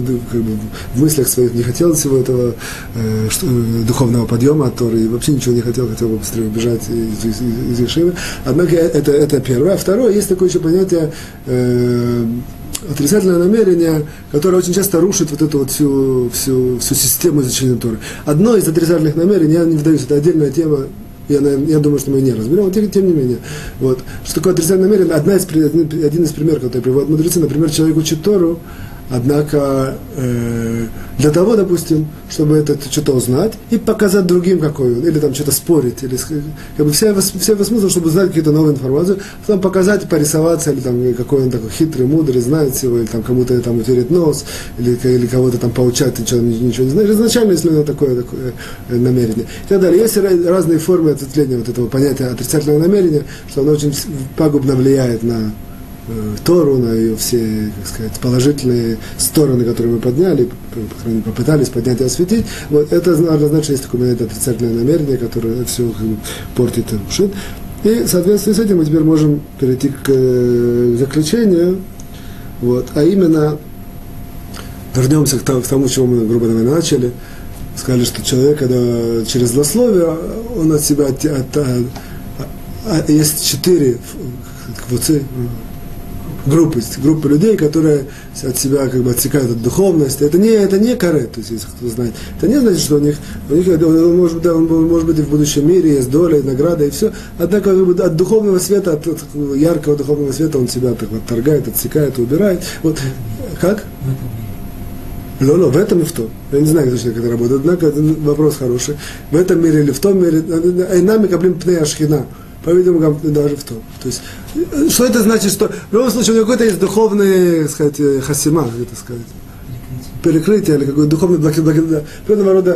в мыслях своих не хотел всего этого духовного подъема от Торы, и вообще ничего не хотел бы быстрее убежать из Ешивы. Однако это первое. А второе, есть такое еще понятие отрицательное намерение, которое очень часто рушит вот эту вот всю систему изучения Торы. Одно из отрицательных намерений, я не вдаюсь, это отдельная тема, я думаю, что мы не разберем, но тем не менее. Вот. Что такое отрицательное намерение? Один из примеров, который приводят мудрецы, например, человек учит Тору, Однако для того, допустим, чтобы это что-то узнать и показать другим, какой он, или там что-то спорить, или как бы вся смысл, чтобы узнать какие-то новые информации, потом показать, порисоваться, или там какой он такой хитрый, мудрый, знает всего, или там кому-то там утереть нос, или кого-то там поучать, ты ничего не знаешь. Изначально, если у него такое намерение. И так далее. Есть разные формы ответвления вот этого понятия отрицательного намерения, что оно очень пагубно влияет на Тору, на ее все, как сказать, положительные стороны, которые мы подняли, попытались поднять и осветить. Вот это однозначно есть такое отрицательное намерение, которое все как бы портит и рушит. И в соответствии с этим мы теперь можем перейти к заключению, вот, а именно вернемся к тому, с чего мы, грубо говоря, начали. Сказали, что человек, когда через злословие, он от себя есть 4 группы людей, которые от себя как бы отсекают от духовности. Это не карет, то есть, если кто знает. Это не значит, что у них может быть и в будущем мире есть доля, и награда, и все. Однако от духовного света, от яркого духовного света он себя так отторгает, отсекает, убирает. Вот. Как? Но в этом и в том. Я не знаю точно, как это работает, однако это вопрос хороший. В этом мире или в том мире. Айнами каблим пней ашхина. По-видимому, даже в том. То есть, что это значит, что в любом случае у него какой-то есть духовный, сказать, хасима, это сказать, перекрытие или какой-то духовный блокировка. Определенного рода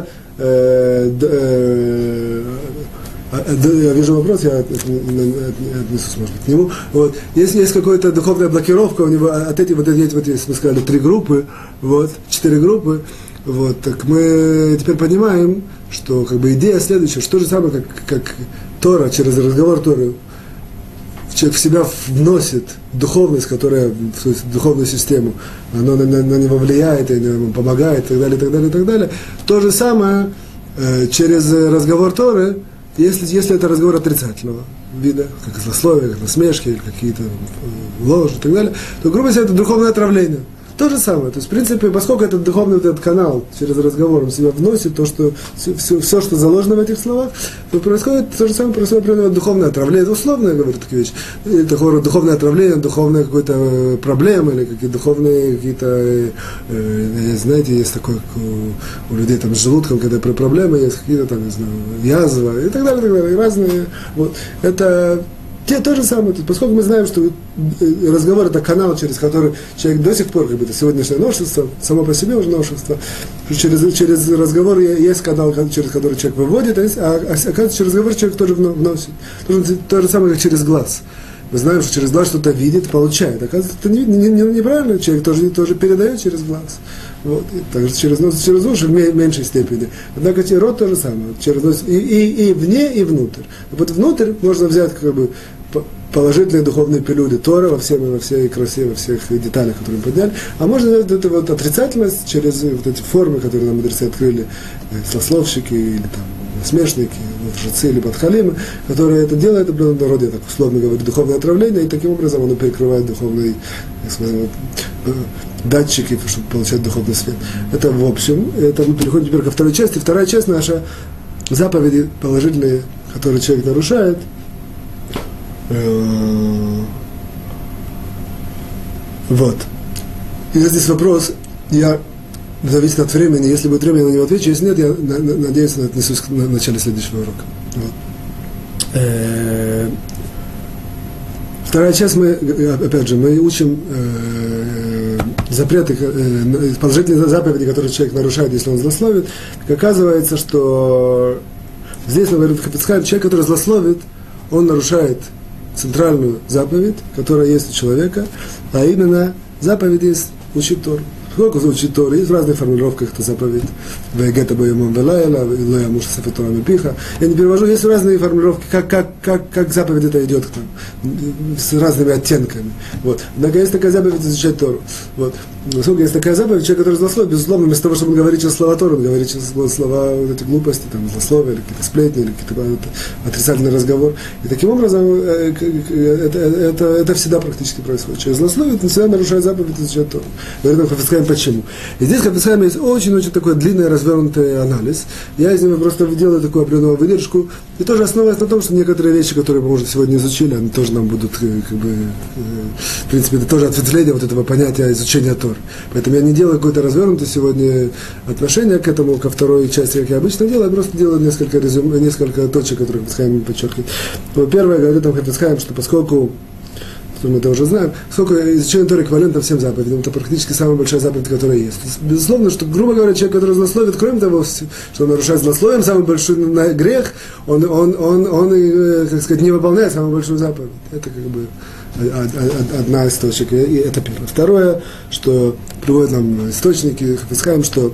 я вижу вопрос, я отнесусь, может быть, к нему. Вот. Если есть какая-то духовная блокировка, у него от этих, вот есть, мы сказали, 3 группы, вот, 4 группы, вот, так мы теперь понимаем, что как бы идея следующая, что же самое, как Тора, через разговор Торы, человек в себя вносит духовность, которая, то есть духовную систему, она на него влияет, ему помогает, и так далее, и так далее, и так далее. То же самое через разговор Торы, если это разговор отрицательного вида, как злословие, как насмешки, какие-то ложь и так далее, то, грубо говоря, это духовное отравление. То же самое. То есть, в принципе, поскольку этот духовный этот канал через разговор он в себя вносит то, что все, что заложено в этих словах, то происходит то же самое, происходит определенное духовное отравление. Это условно, я говорю такие вещи. Такое духовное отравление, духовная какая-то проблема, или какие-то духовные какие-то, знаете, есть такое у людей там с желудком, когда проблемы есть, какие-то там, не знаю, язва и так далее, и разные. Вот. Это то же самое, поскольку мы знаем, что разговор это канал, через который человек до сих пор, как бы это сегодняшнее новшество, само по себе уже новшество, через разговор есть канал, через который человек выводит, а оказывается, через разговор человек тоже вносит. То же самое, как через глаз. Мы знаем, что через глаз что-то видит, получает. Оказывается, это неправильно, человек тоже передает через глаз. Вот. И также через нос, через уши в меньшей степени. Однако рот то же самое. Через нос и вне, и внутрь. Вот внутрь можно взять как бы положительные духовные пилюли Тора во всей красе, во всех деталях, которые мы подняли. А можно взять эту вот отрицательность через вот эти формы, которые нам мудрецы открыли, слословщики или там насмешники, лжецы или подхалимы, которые это делают, в народе, так условно говоря, духовное отравление, и таким образом оно перекрывает духовные датчики, чтобы получать духовный свет. Это в общем. Это мы переходим теперь ко второй части. Вторая часть наша заповеди положительные, которые человек нарушает. Вот. И здесь вопрос, зависит от времени, если будет время, я на него отвечу, если нет, я надеюсь, отнесусь к начале следующего урока. Вот. Вторая часть, опять же, мы учим запреты, положительные заповеди, которые человек нарушает, если он злословит. Оказывается, что здесь, мы говорим, человек, который злословит, он нарушает центральную заповедь, которая есть у человека, а именно заповедь есть учить Тору. Сколько учить Тору? Есть в разных формулировках эта заповедь. Вегета боемом велайла, лоя муша сафетуами пиха. Я не перевожу, есть разные формулировки, как заповедь это идет к нам, с разными оттенками. Вот. Однако есть такая заповедь изучать Тору. Вот. Насколько есть такая заповедь, человек, который злословит, безусловно, вместо того, чтобы он говорит через слова Торы, он говорит через слова вот эти глупости, там, злословия, или какие-то сплетни, или какие-то отрицательный разговор. И таким образом это всегда практически происходит. Через злословие он всегда нарушает заповедь изучать Тору. Говорит нам Хафец Хаим почему. И здесь, как Хафец Хаим, есть очень-очень такой длинный развернутый анализ. Я из него просто делаю такую определенную выдержку, и тоже основываясь на том, что некоторые вещи, которые мы уже сегодня изучили, они тоже нам будут, как бы, в принципе, это тоже ответвление вот этого понятия изучения Торы. Поэтому я не делаю какое-то развернутое сегодня отношение к этому, ко второй части, как я обычно делаю, я просто делаю несколько точек, которые Хафец Хаим подчеркивает. Первое, говорит там Хафец Хаим, что поскольку мы это уже знаем, сколько изучение Торы эквивалентно всем заповедям, это практически самая большая заповедь, которая есть. Безусловно, что, грубо говоря, человек, который злословит, кроме того, что он нарушает злословием, самый большой грех, он как сказать, не выполняет самую большую заповедь. Это как бы одна из точек, и это первое. Второе, что приводят нам источники, Хафец Хаим, что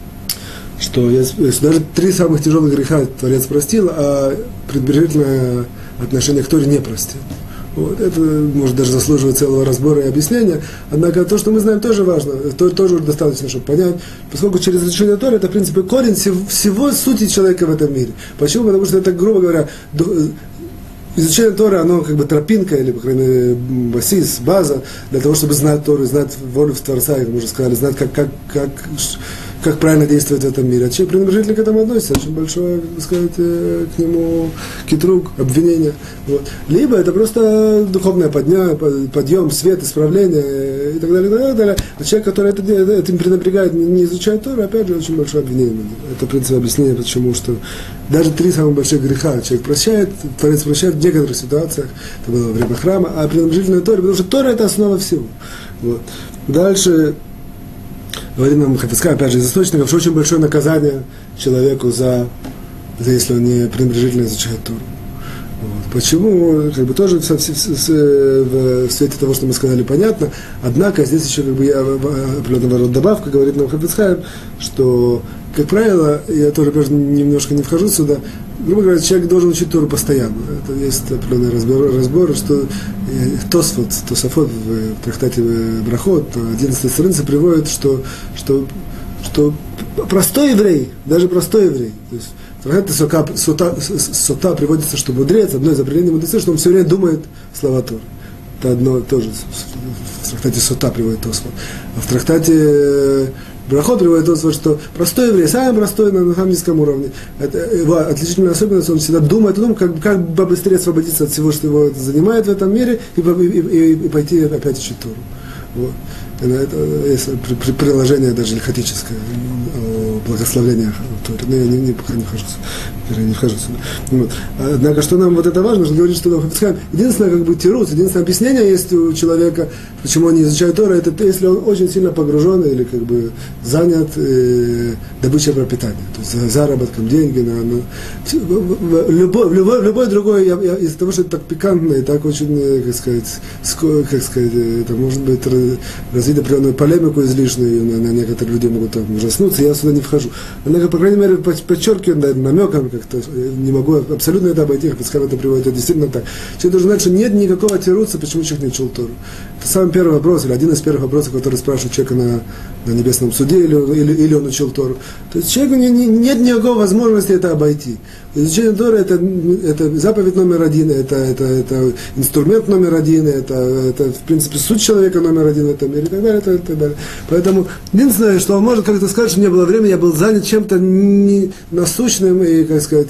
даже 3 самых тяжелых греха Творец простил, а предбрежительное отношение к Торе не простил. Вот, это может даже заслуживать целого разбора и объяснения. Однако то, что мы знаем, тоже важно, тоже достаточно, чтобы понять, поскольку через изучение Торы это, в принципе, корень всего сути человека в этом мире. Почему? Потому что это, грубо говоря, изучение Торы, оно как бы тропинка, или, по крайней мере, басис, база, для того, чтобы знать Тору, знать волю Творца, как мы уже сказали, знать, как правильно действовать в этом мире. А человек пренебрежительно к этому относится, очень большое, так сказать, к нему китрук, обвинение. Вот. Либо это просто духовное подъем, свет, исправление и так далее, и так далее. А человек, который этим пренебрегает, не изучает Тору, опять же, очень большое обвинение. Это, в принципе, объяснение, почему, что даже 3 самых больших греха человек прощает, Творец прощает в некоторых ситуациях, это было во время храма, а пренебрежительная Торе, потому что Тора – это основа всего. Вот. Дальше говорит нам Хафец Хаим, опять же, из источников, что очень большое наказание человеку за если он не пренебрежительно изучает Тору. Вот. Почему, как бы тоже в свете того, что мы сказали, понятно. Однако здесь еще как бы определенного рода добавка, говорит нам Хафец Хаим, что, как правило, я тоже немножко не вхожу сюда, грубо говоря, человек должен учить Тору постоянно. Это есть определенный разбор, что Тосафот в трактате Брахот, на 11 странице приводит, что простой еврей, даже простой еврей, то есть в трактате Сота приводится, что мудрец, одно из определений мудреца, что он все время думает слова Торы. Это одно тоже в трактате Сота приводит Тосфот. А в трактате Брахот приводит Тосфот, что простой еврей, самый простой на самом низком уровне, это его отличительная особенность, он всегда думает о том, как побыстрее освободиться от всего, что его занимает в этом мире, и пойти опять учить Тору. Вот. Это есть приложение даже ильхатическое о благословениях Торы. Но я пока не вхожу сюда. Вот. Однако, что нам вот это важно, что говорит, что нам Хафец Хаим, единственное, как бы тирус, единственное объяснение есть у человека, почему он не изучает Тору, это если он очень сильно погружен или как бы занят добычей пропитания, то есть заработком, деньги, любой другой, из-за того, что это так пикантно и так очень, как сказать, это может быть развить определенную полемику излишнюю, на некоторые люди могут там ужаснуться, я сюда не вхожу. Однако, по крайней мере, подчеркиваю намеком, как-то не могу абсолютно это обойти, Хафец Хаим это приводит, это действительно так. Человек должен знать, что нет никакого тируца, почему человек не учил Тору. Это самый первый вопрос, или один из первых вопросов, который спрашивают человека на небесном суде, или он учил Тору. То есть человеку нет никакой возможности это обойти. Изучение Торы это заповедь номер 1, это инструмент номер 1, это в принципе суть человека номер 1 в этом мире, и так далее, и так далее. Поэтому единственное, что он может как-то сказать, что не было времени, я был занят чем-то насущным и,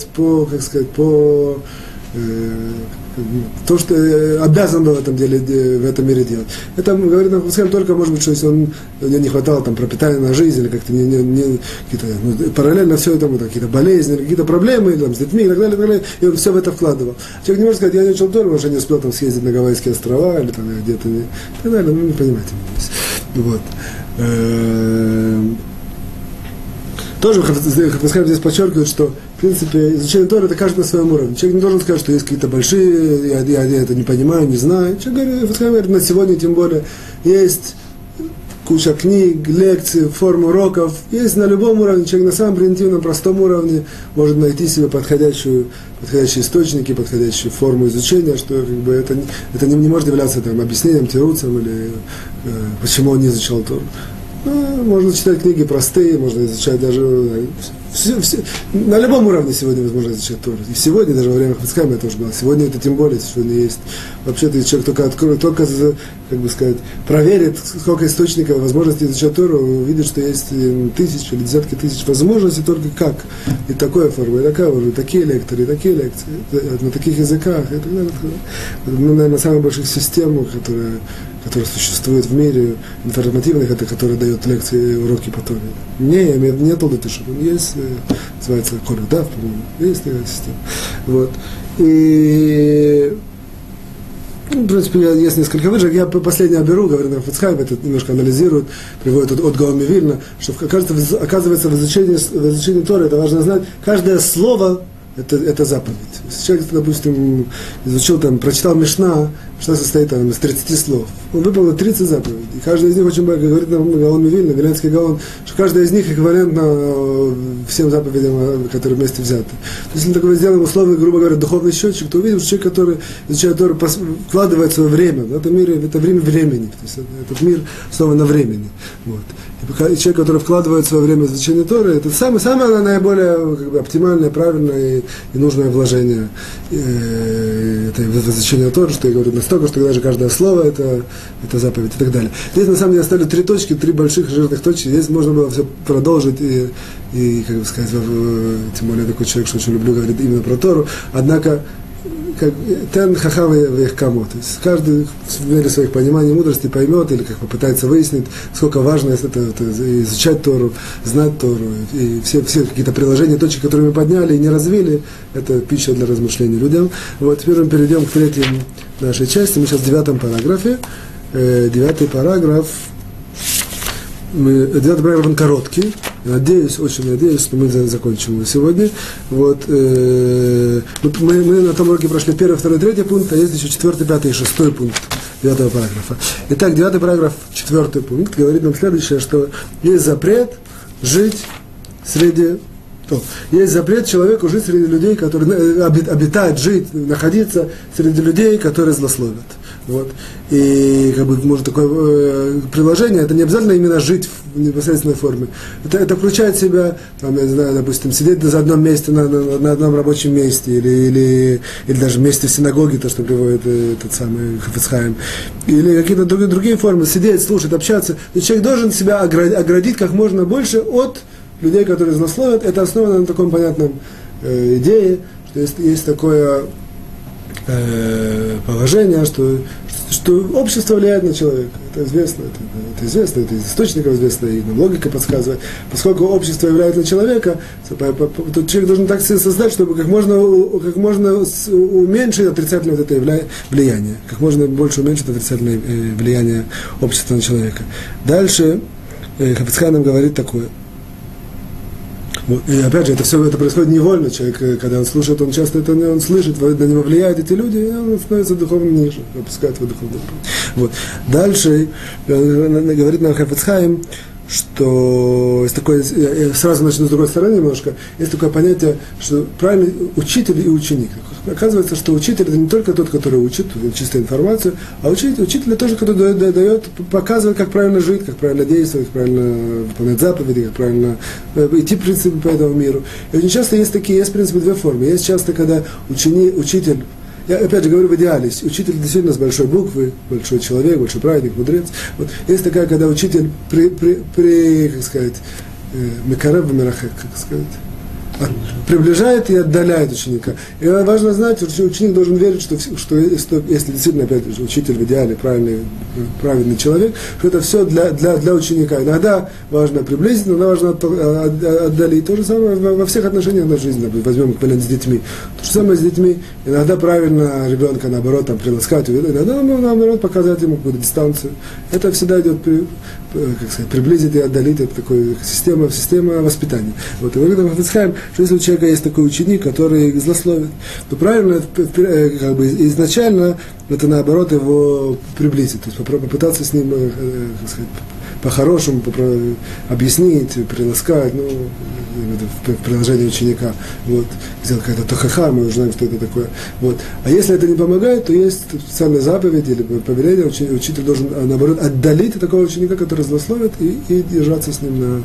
то, что обязан был в этом деле, в этом мире делать. Это говорит нам Хафец Хаим только, может быть, что если у него не хватало там пропитания на жизнь, или как-то параллельно все это, какие-то болезни, какие-то проблемы, или, там, с детьми, и так далее, и он все в это вкладывал. Человек не может сказать, я не учил Тору, потому что я не успел там съездить на Гавайские острова, или там где-то, и так далее, не понимаете меня здесь. Вот. Тоже Хафец Хаим здесь подчеркивает, что в принципе изучение Торы это каждый на своем уровне. Человек не должен сказать, что есть какие-то большие, я это не понимаю, не знаю. Человек Хафец Хаим говорит, на сегодня тем более есть куча книг, лекций, форм уроков. Есть на любом уровне. Человек на самом примитивном, простом уровне может найти себе подходящие источники, подходящую форму изучения, что как бы, это не может являться там, объяснением, тируцем или почему он не изучал Тору. Можно читать книги простые, можно изучать даже На любом уровне сегодня возможно изучать Тору. И сегодня, даже во время Хафец-Хаима это тоже было. Сегодня это тем более, сегодня есть. Вообще-то человек только откроет, только, как бы сказать, проверит, сколько источников возможностей изучать Тору, увидит, что есть тысячи или десятки тысяч возможностей, только как. И такая форма, и такая форма, и такие лекторы, и такие лекции, на таких языках, и так далее. Это, наверное, самых больших систем, которые существуют в мире, информативных, это которые дают лекции, уроки по Торе. Не Толдот Ишурим, есть, называется Коль-Дав, по-моему, есть такая система. Вот. И, в принципе, есть несколько выжиг. Я последнее беру, говорю на Хафец-Хаим, это немножко анализирует, приводит от Гаона Вильна, что, оказывается, в изучении Торы, это важно знать, каждое слово это заповедь. Если человек, допустим, изучил, прочитал Мишна состоит из 30 слов. Он выполнил 30 заповедей. И каждая из них очень много, говорит нам Гаон Вильна, Виленский Гаон, что каждая из них эквивалентна всем заповедям, которые вместе взяты. То есть, если мы такой сделаем условный, грубо говоря, духовный счетчик, то увидим, что человек, который изучает Тору, вкладывает свое время. В этом мире это время времени. То есть, этот мир основан на времени. Вот. И человек, который вкладывает свое время в изучение Торы, это самое наиболее оптимальное, правильное и нужное вложение это в изучение Торы, что я говорю настолько, что даже каждое слово это заповедь и так далее. Здесь на самом деле оставили 3 точки, 3 больших жирных точки. Здесь можно было все продолжить и как бы сказать, тем более такой человек, что очень люблю говорить именно про Тору. Однако тен хахам в их камо. То есть каждый в мере своих пониманий, мудрости поймет или как попытается выяснить, сколько важно это изучать Тору, знать Тору. И все какие-то приложения, точки, которые мы подняли и не развили, это пища для размышлений людям. Вот теперь мы перейдем к 3-й нашей части. Мы сейчас в 9 параграфе. 9 параграф. 9 параграф он короткий. Очень надеюсь, что мы закончим его сегодня. Вот, мы на том уроке прошли 1, 2, 3 пункт, а есть еще 4, 5 и 6 пункт 9 параграфа. Итак, 9 параграф, 4 пункт говорит нам следующее, что есть запрет жить среди... Есть запрет человеку жить среди людей, которые обитают, жить, находиться среди людей, которые злословят. Вот. И как бы может такое приложение, это не обязательно именно жить в непосредственной форме. Это включает в себя, там, я не знаю, допустим, сидеть на одном месте, на одном рабочем месте, или даже вместе в синагоге, то, что приводит этот самый Хафец-Хаим, или какие-то другие формы, сидеть, слушать, общаться. И человек должен себя оградить как можно больше от людей, которые злословят. Это основано на таком понятном идее, что есть такое положение, что общество влияет на человека. Это известно, это из источников известно, и нам логика подсказывает. Поскольку общество влияет на человека, то человек должен так себя создать, чтобы как можно уменьшить отрицательное вот это влияние, как можно больше уменьшить отрицательное влияние общества на человека. Дальше Хафец-Хаим нам говорит такое. И опять же, это происходит невольно. Человек, когда он слушает, он часто он слышит, на него влияют эти люди, и он становится духовно ниже, опускает его духовно. Вот. Дальше говорит нам Хафец-Хаим, что есть такое, я сразу начну с другой стороны немножко, есть такое понятие, что правильный учитель и ученик. Оказывается, что учитель это не только тот, который учит чистую информацию, а учитель это тоже, который показывает, как правильно жить, как правильно действовать, как правильно выполнять заповеди, как правильно идти, в принципе, по этому миру. И очень часто есть в принципе, 2 формы. Есть часто, когда учитель, я опять же говорю в идеале, учитель действительно с большой буквы, большой человек, большой праведник, мудрец. Вот. Есть такая, когда учитель как сказать, мекарев мирахек, как сказать, приближает и отдаляет ученика. И важно знать, что ученик должен верить, что если действительно, опять же, учитель в идеале праведный человек, что это все для ученика. Иногда важно приблизить, иногда важно отдалить. То же самое во всех отношениях нашей жизни. Возьмем эквивалент с детьми. То же самое с детьми. Иногда правильно ребенка, наоборот, приласкать, иногда, наоборот, показать ему какую-то дистанцию. Это всегда идет приблизить и отдалить. Это такая система воспитания. Вот. И говорит Хафец-Хаим, что если у человека есть такой ученик, который злословит, то правильно как бы, изначально это наоборот его приблизить, то есть попытаться с ним как сказать, по-хорошему объяснить, приласкать, в приложении ученика, вот, сделать какая-то тохаха, мы уже знаем, что это такое. Вот. А если это не помогает, то есть специальная заповедь или повеление, учитель должен, наоборот, отдалить такого ученика, который злословит, и держаться с ним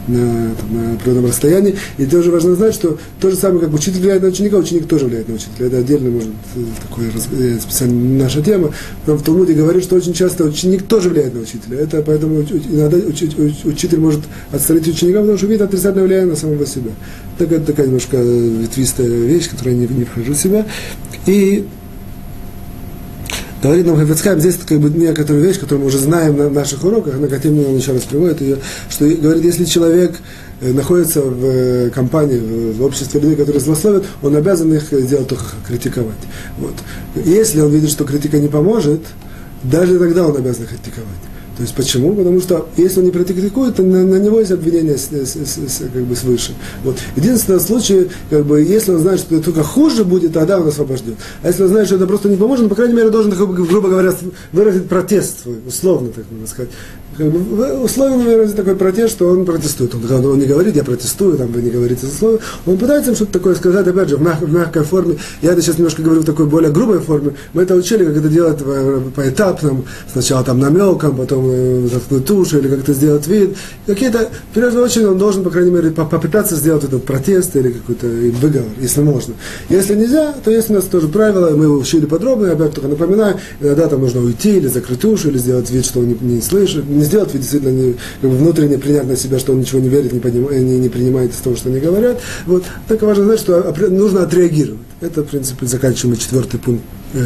на определенном расстоянии. И тоже важно знать, что то же самое, как учитель влияет на ученика, ученик тоже влияет на учителя. Это отдельно, может, такой специально наша тема. Но в Талмуде говорит, что очень часто ученик тоже влияет на учителя. Это поэтому иногда учитель может отстранить ученика, потому что видит отрицательное влияние на самого себя. Это такая немножко ветвистая вещь, которая не вхожу в себя. И говорит нам Хафец Хаим, здесь как бы некоторую вещь, которую мы уже знаем на наших уроках, на Катемне он еще раз приводит ее, что говорит, если человек находится в компании, в обществе людей, которые злословят, он обязан их делать только критиковать. Вот. Если он видит, что критика не поможет, даже тогда он обязан критиковать. То есть почему? Потому что если он не критикует, то на него есть обвинение как бы свыше. Вот. Единственный случай, как бы, если он знает, что это только хуже будет, тогда он освобожден. А если он знает, что это просто не поможет, он, по крайней мере, должен, грубо говоря, выразить протест свой, условно, так можно сказать. Как бы, условно выразить такой протест, что он протестует. Он не говорит, я протестую, там, вы не говорите условия. Он пытается им что-то такое сказать, опять же, в мягкой форме. Я это сейчас немножко говорю в такой более грубой форме. Мы это учили, как это делать поэтапно. Сначала там намеком, потом заткнуть уши или как-то сделать вид. Какие-то, в первую очередь, он должен, по крайней мере, попытаться сделать этот протест или какой-то выговор, если можно. Если нельзя, то есть у нас тоже правила, мы его учили подробно, я опять только напоминаю, иногда там нужно уйти или закрыть уши, или сделать вид, что он не слышит, не сделать вид действительно внутренне принять на себя, что он ничего не верит, не принимает из того, что они говорят. Вот. Так важно знать, что нужно отреагировать. Это, в принципе, заканчиваем 4-й пункт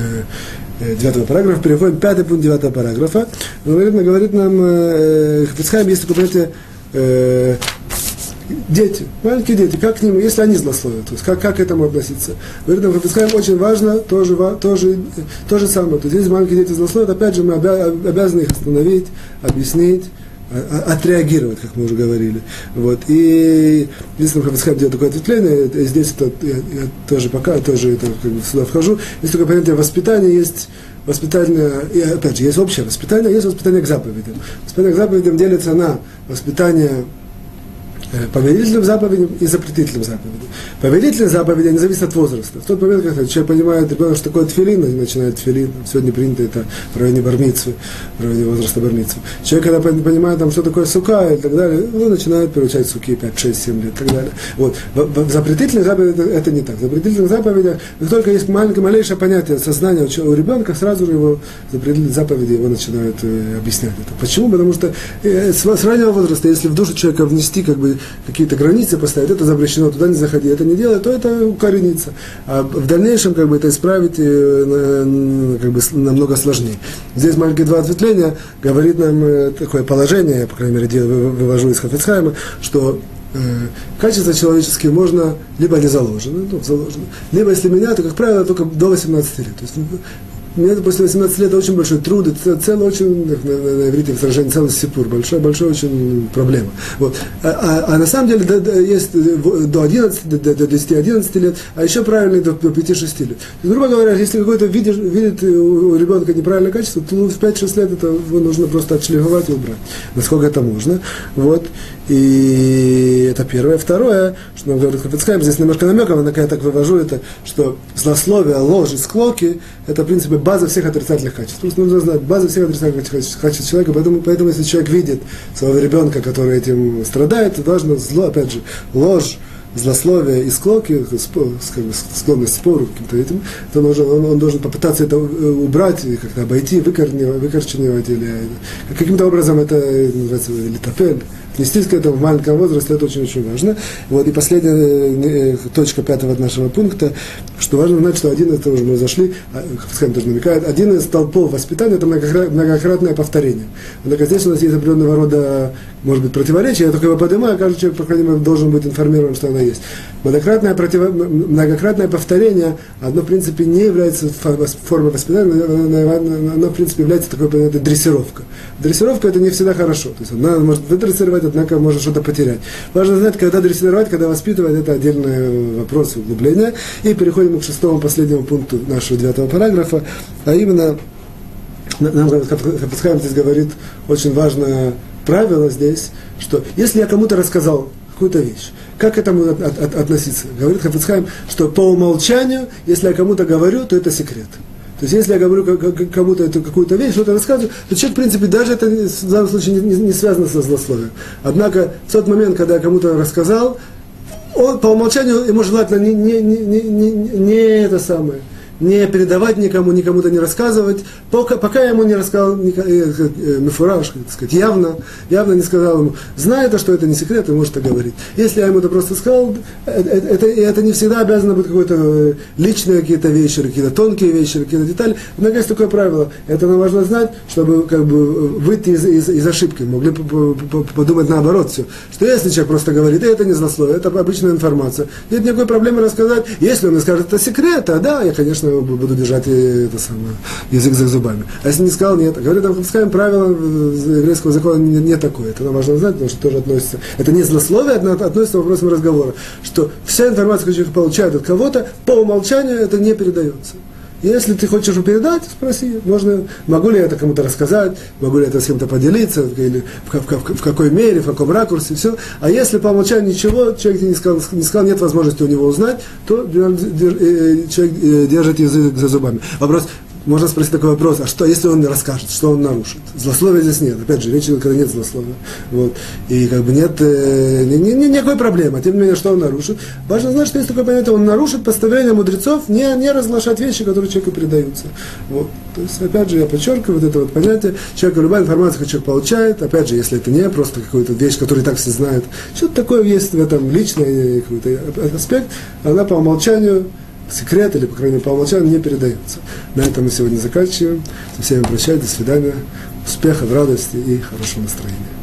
9 параграфа, переходим 5-й пункт 9 параграфа. Говорит нам Хафец Хаим, есть такое понятие дети, маленькие дети, как к ним, если они злословят, то есть как к этому относиться. Говорит нам Хафец Хаим, очень важно, то же самое. То есть если маленькие дети злословят, опять же мы обязаны их остановить, объяснить, отреагировать, как мы уже говорили. Вот. И если Хафец Хаим делает такое ответвление, здесь это, я тоже пока, тоже это, как бы, сюда вхожу, есть такое понятие воспитания, есть воспитание, и опять же, есть общее воспитание, есть воспитание к заповедям. Воспитание к заповедям делится на воспитание повелительным заповедям и запретительным заповедям. Повелительные заповеди, они зависят от возраста. В тот момент, когда человек понимает, ребенок, что такое тфилин, он начинает тфилин. Сегодня принято это в районе бармицвы, в районе возраста бармицвы. Человек, когда понимает, там, что такое сука и так далее, он начинает переучать суки 5, 6, 7 лет и так далее. Вот. В запретительных заповедях это не так. В запретительных заповедях, как только есть малейшее понятие сознания у ребенка, сразу же его запретительные заповеди его начинают объяснять это. Почему? Потому что с раннего возраста, если в душу человека внести как бы какие-то границы поставить, это запрещено, туда не заходи, это не делай, то это укоренится. А в дальнейшем как бы это исправить как бы намного сложнее. Здесь маленькие два ответвления говорит нам такое положение, я, по крайней мере, вывожу из Хафец Хаима, что качества человеческие можно либо не заложены, либо если меня, то, как правило, только до 18 лет. То есть, мне после 18 лет это очень большой труд, это целый очень, на иврите выражение, целый сипур, большая очень проблема. Вот. А на самом деле есть до 11, до 10-11 лет, а еще правильно до 5-6 лет. Грубо говоря, если какой-то видит у ребенка неправильное качество, то в 5-6 лет это его нужно просто отшлифовать и убрать, насколько это можно. Вот. И это первое. Второе, что нам говорит Хафец Хаим, здесь немножко намеком, я так вывожу это, что злословие, ложь и склоки, это, в принципе, база всех отрицательных качеств. Просто нужно знать база всех отрицательных качеств человека, поэтому если человек видит своего ребенка, который этим страдает, то должно опять же, ложь, злословие и склоки, склонность к спору каким-то этим, то он должен попытаться это убрать, как-то обойти, выкорченивать, или каким-то образом это называется литопель. Отнестись к этому в маленьком возрасте, это очень-очень важно. Вот, и последняя точка 5 нашего пункта, что важно знать, что один, это уже мы зашли, Хафец Хаим тоже намекает, один из столпов воспитания – это многократное повторение. Однако здесь у нас есть определенного рода, может быть, противоречие, я только его поднимаю, каждый человек, по крайней мере, должен быть информирован, что оно есть. Многократное повторение, оно, в принципе, не является формой воспитания, оно, в принципе, является такой понятной дрессировка. Дрессировка – это не всегда хорошо, то есть она может выдрессировать, однако можно что-то потерять. Важно знать, когда дрессировать, когда воспитывать, это отдельный вопрос углубления. И переходим к 6-му последнему пункту нашего 9-го параграфа, а именно, нам Хафец Хаим здесь говорит очень важное правило здесь, что если я кому-то рассказал какую-то вещь, как к этому относиться? Говорит Хафец Хаим, что по умолчанию, если я кому-то говорю, то это секрет. То есть, если я говорю кому-то эту какую-то вещь, что-то рассказываю, то человек, в принципе, даже это в данном случае не связано со злословием. Однако, в тот момент, когда я кому-то рассказал, он по умолчанию ему желательно не это самое, не передавать никому, никому-то не рассказывать, пока я ему не рассказал мифураж, так сказать, явно не сказал ему, зная то, что это не секрет, ты можешь это говорить. Если я ему это просто сказал, это не всегда обязано быть какой-то личные какие-то вещи, какие-то тонкие вещи, какие-то детали. Однако есть такое правило, это нам важно знать, чтобы как бы выйти из ошибки, могли подумать наоборот все, что если человек просто говорит, это не злословие, это обычная информация, нет никакой проблемы рассказать, если он мне скажет, это секрет, да, я, конечно, буду держать язык за зубами. А если не сказал, нет. Говорит, там, скажем, правило еврейского закона не такое. Это важно знать, потому что тоже относится. Это не злословие, относится к вопросам разговора. Что вся информация, которую человек получает от кого-то, по умолчанию это не передается. Если ты хочешь передать, спроси, могу ли я это кому-то рассказать, могу ли я это с кем-то поделиться, или в какой мере, в каком ракурсе, все. А если по умолчанию ничего, человек не сказал, нет возможности у него узнать, то человек держит язык за зубами. Вопрос, можно спросить такой вопрос, а что, если он расскажет, что он нарушит? Злословия здесь нет. Опять же, речь идет, когда нет злословия. Вот. И как бы нет никакой проблемы. Тем не менее, что он нарушит. Важно знать, что есть такое понятие, он нарушит постановление мудрецов не разглашать вещи, которые человеку передаются. Вот. То есть, опять же, я подчеркиваю вот это вот понятие. Человек, любая информация, которую человек получает, опять же, если это не просто какая-то вещь, которую и так все знают, что-то такое есть в этом личный какой-то аспект, она по умолчанию секрет, или, по крайней мере, по умолчанию не передается. На этом мы сегодня заканчиваем. Со всеми прощаюсь, до свидания. Успехов, радости и хорошего настроения.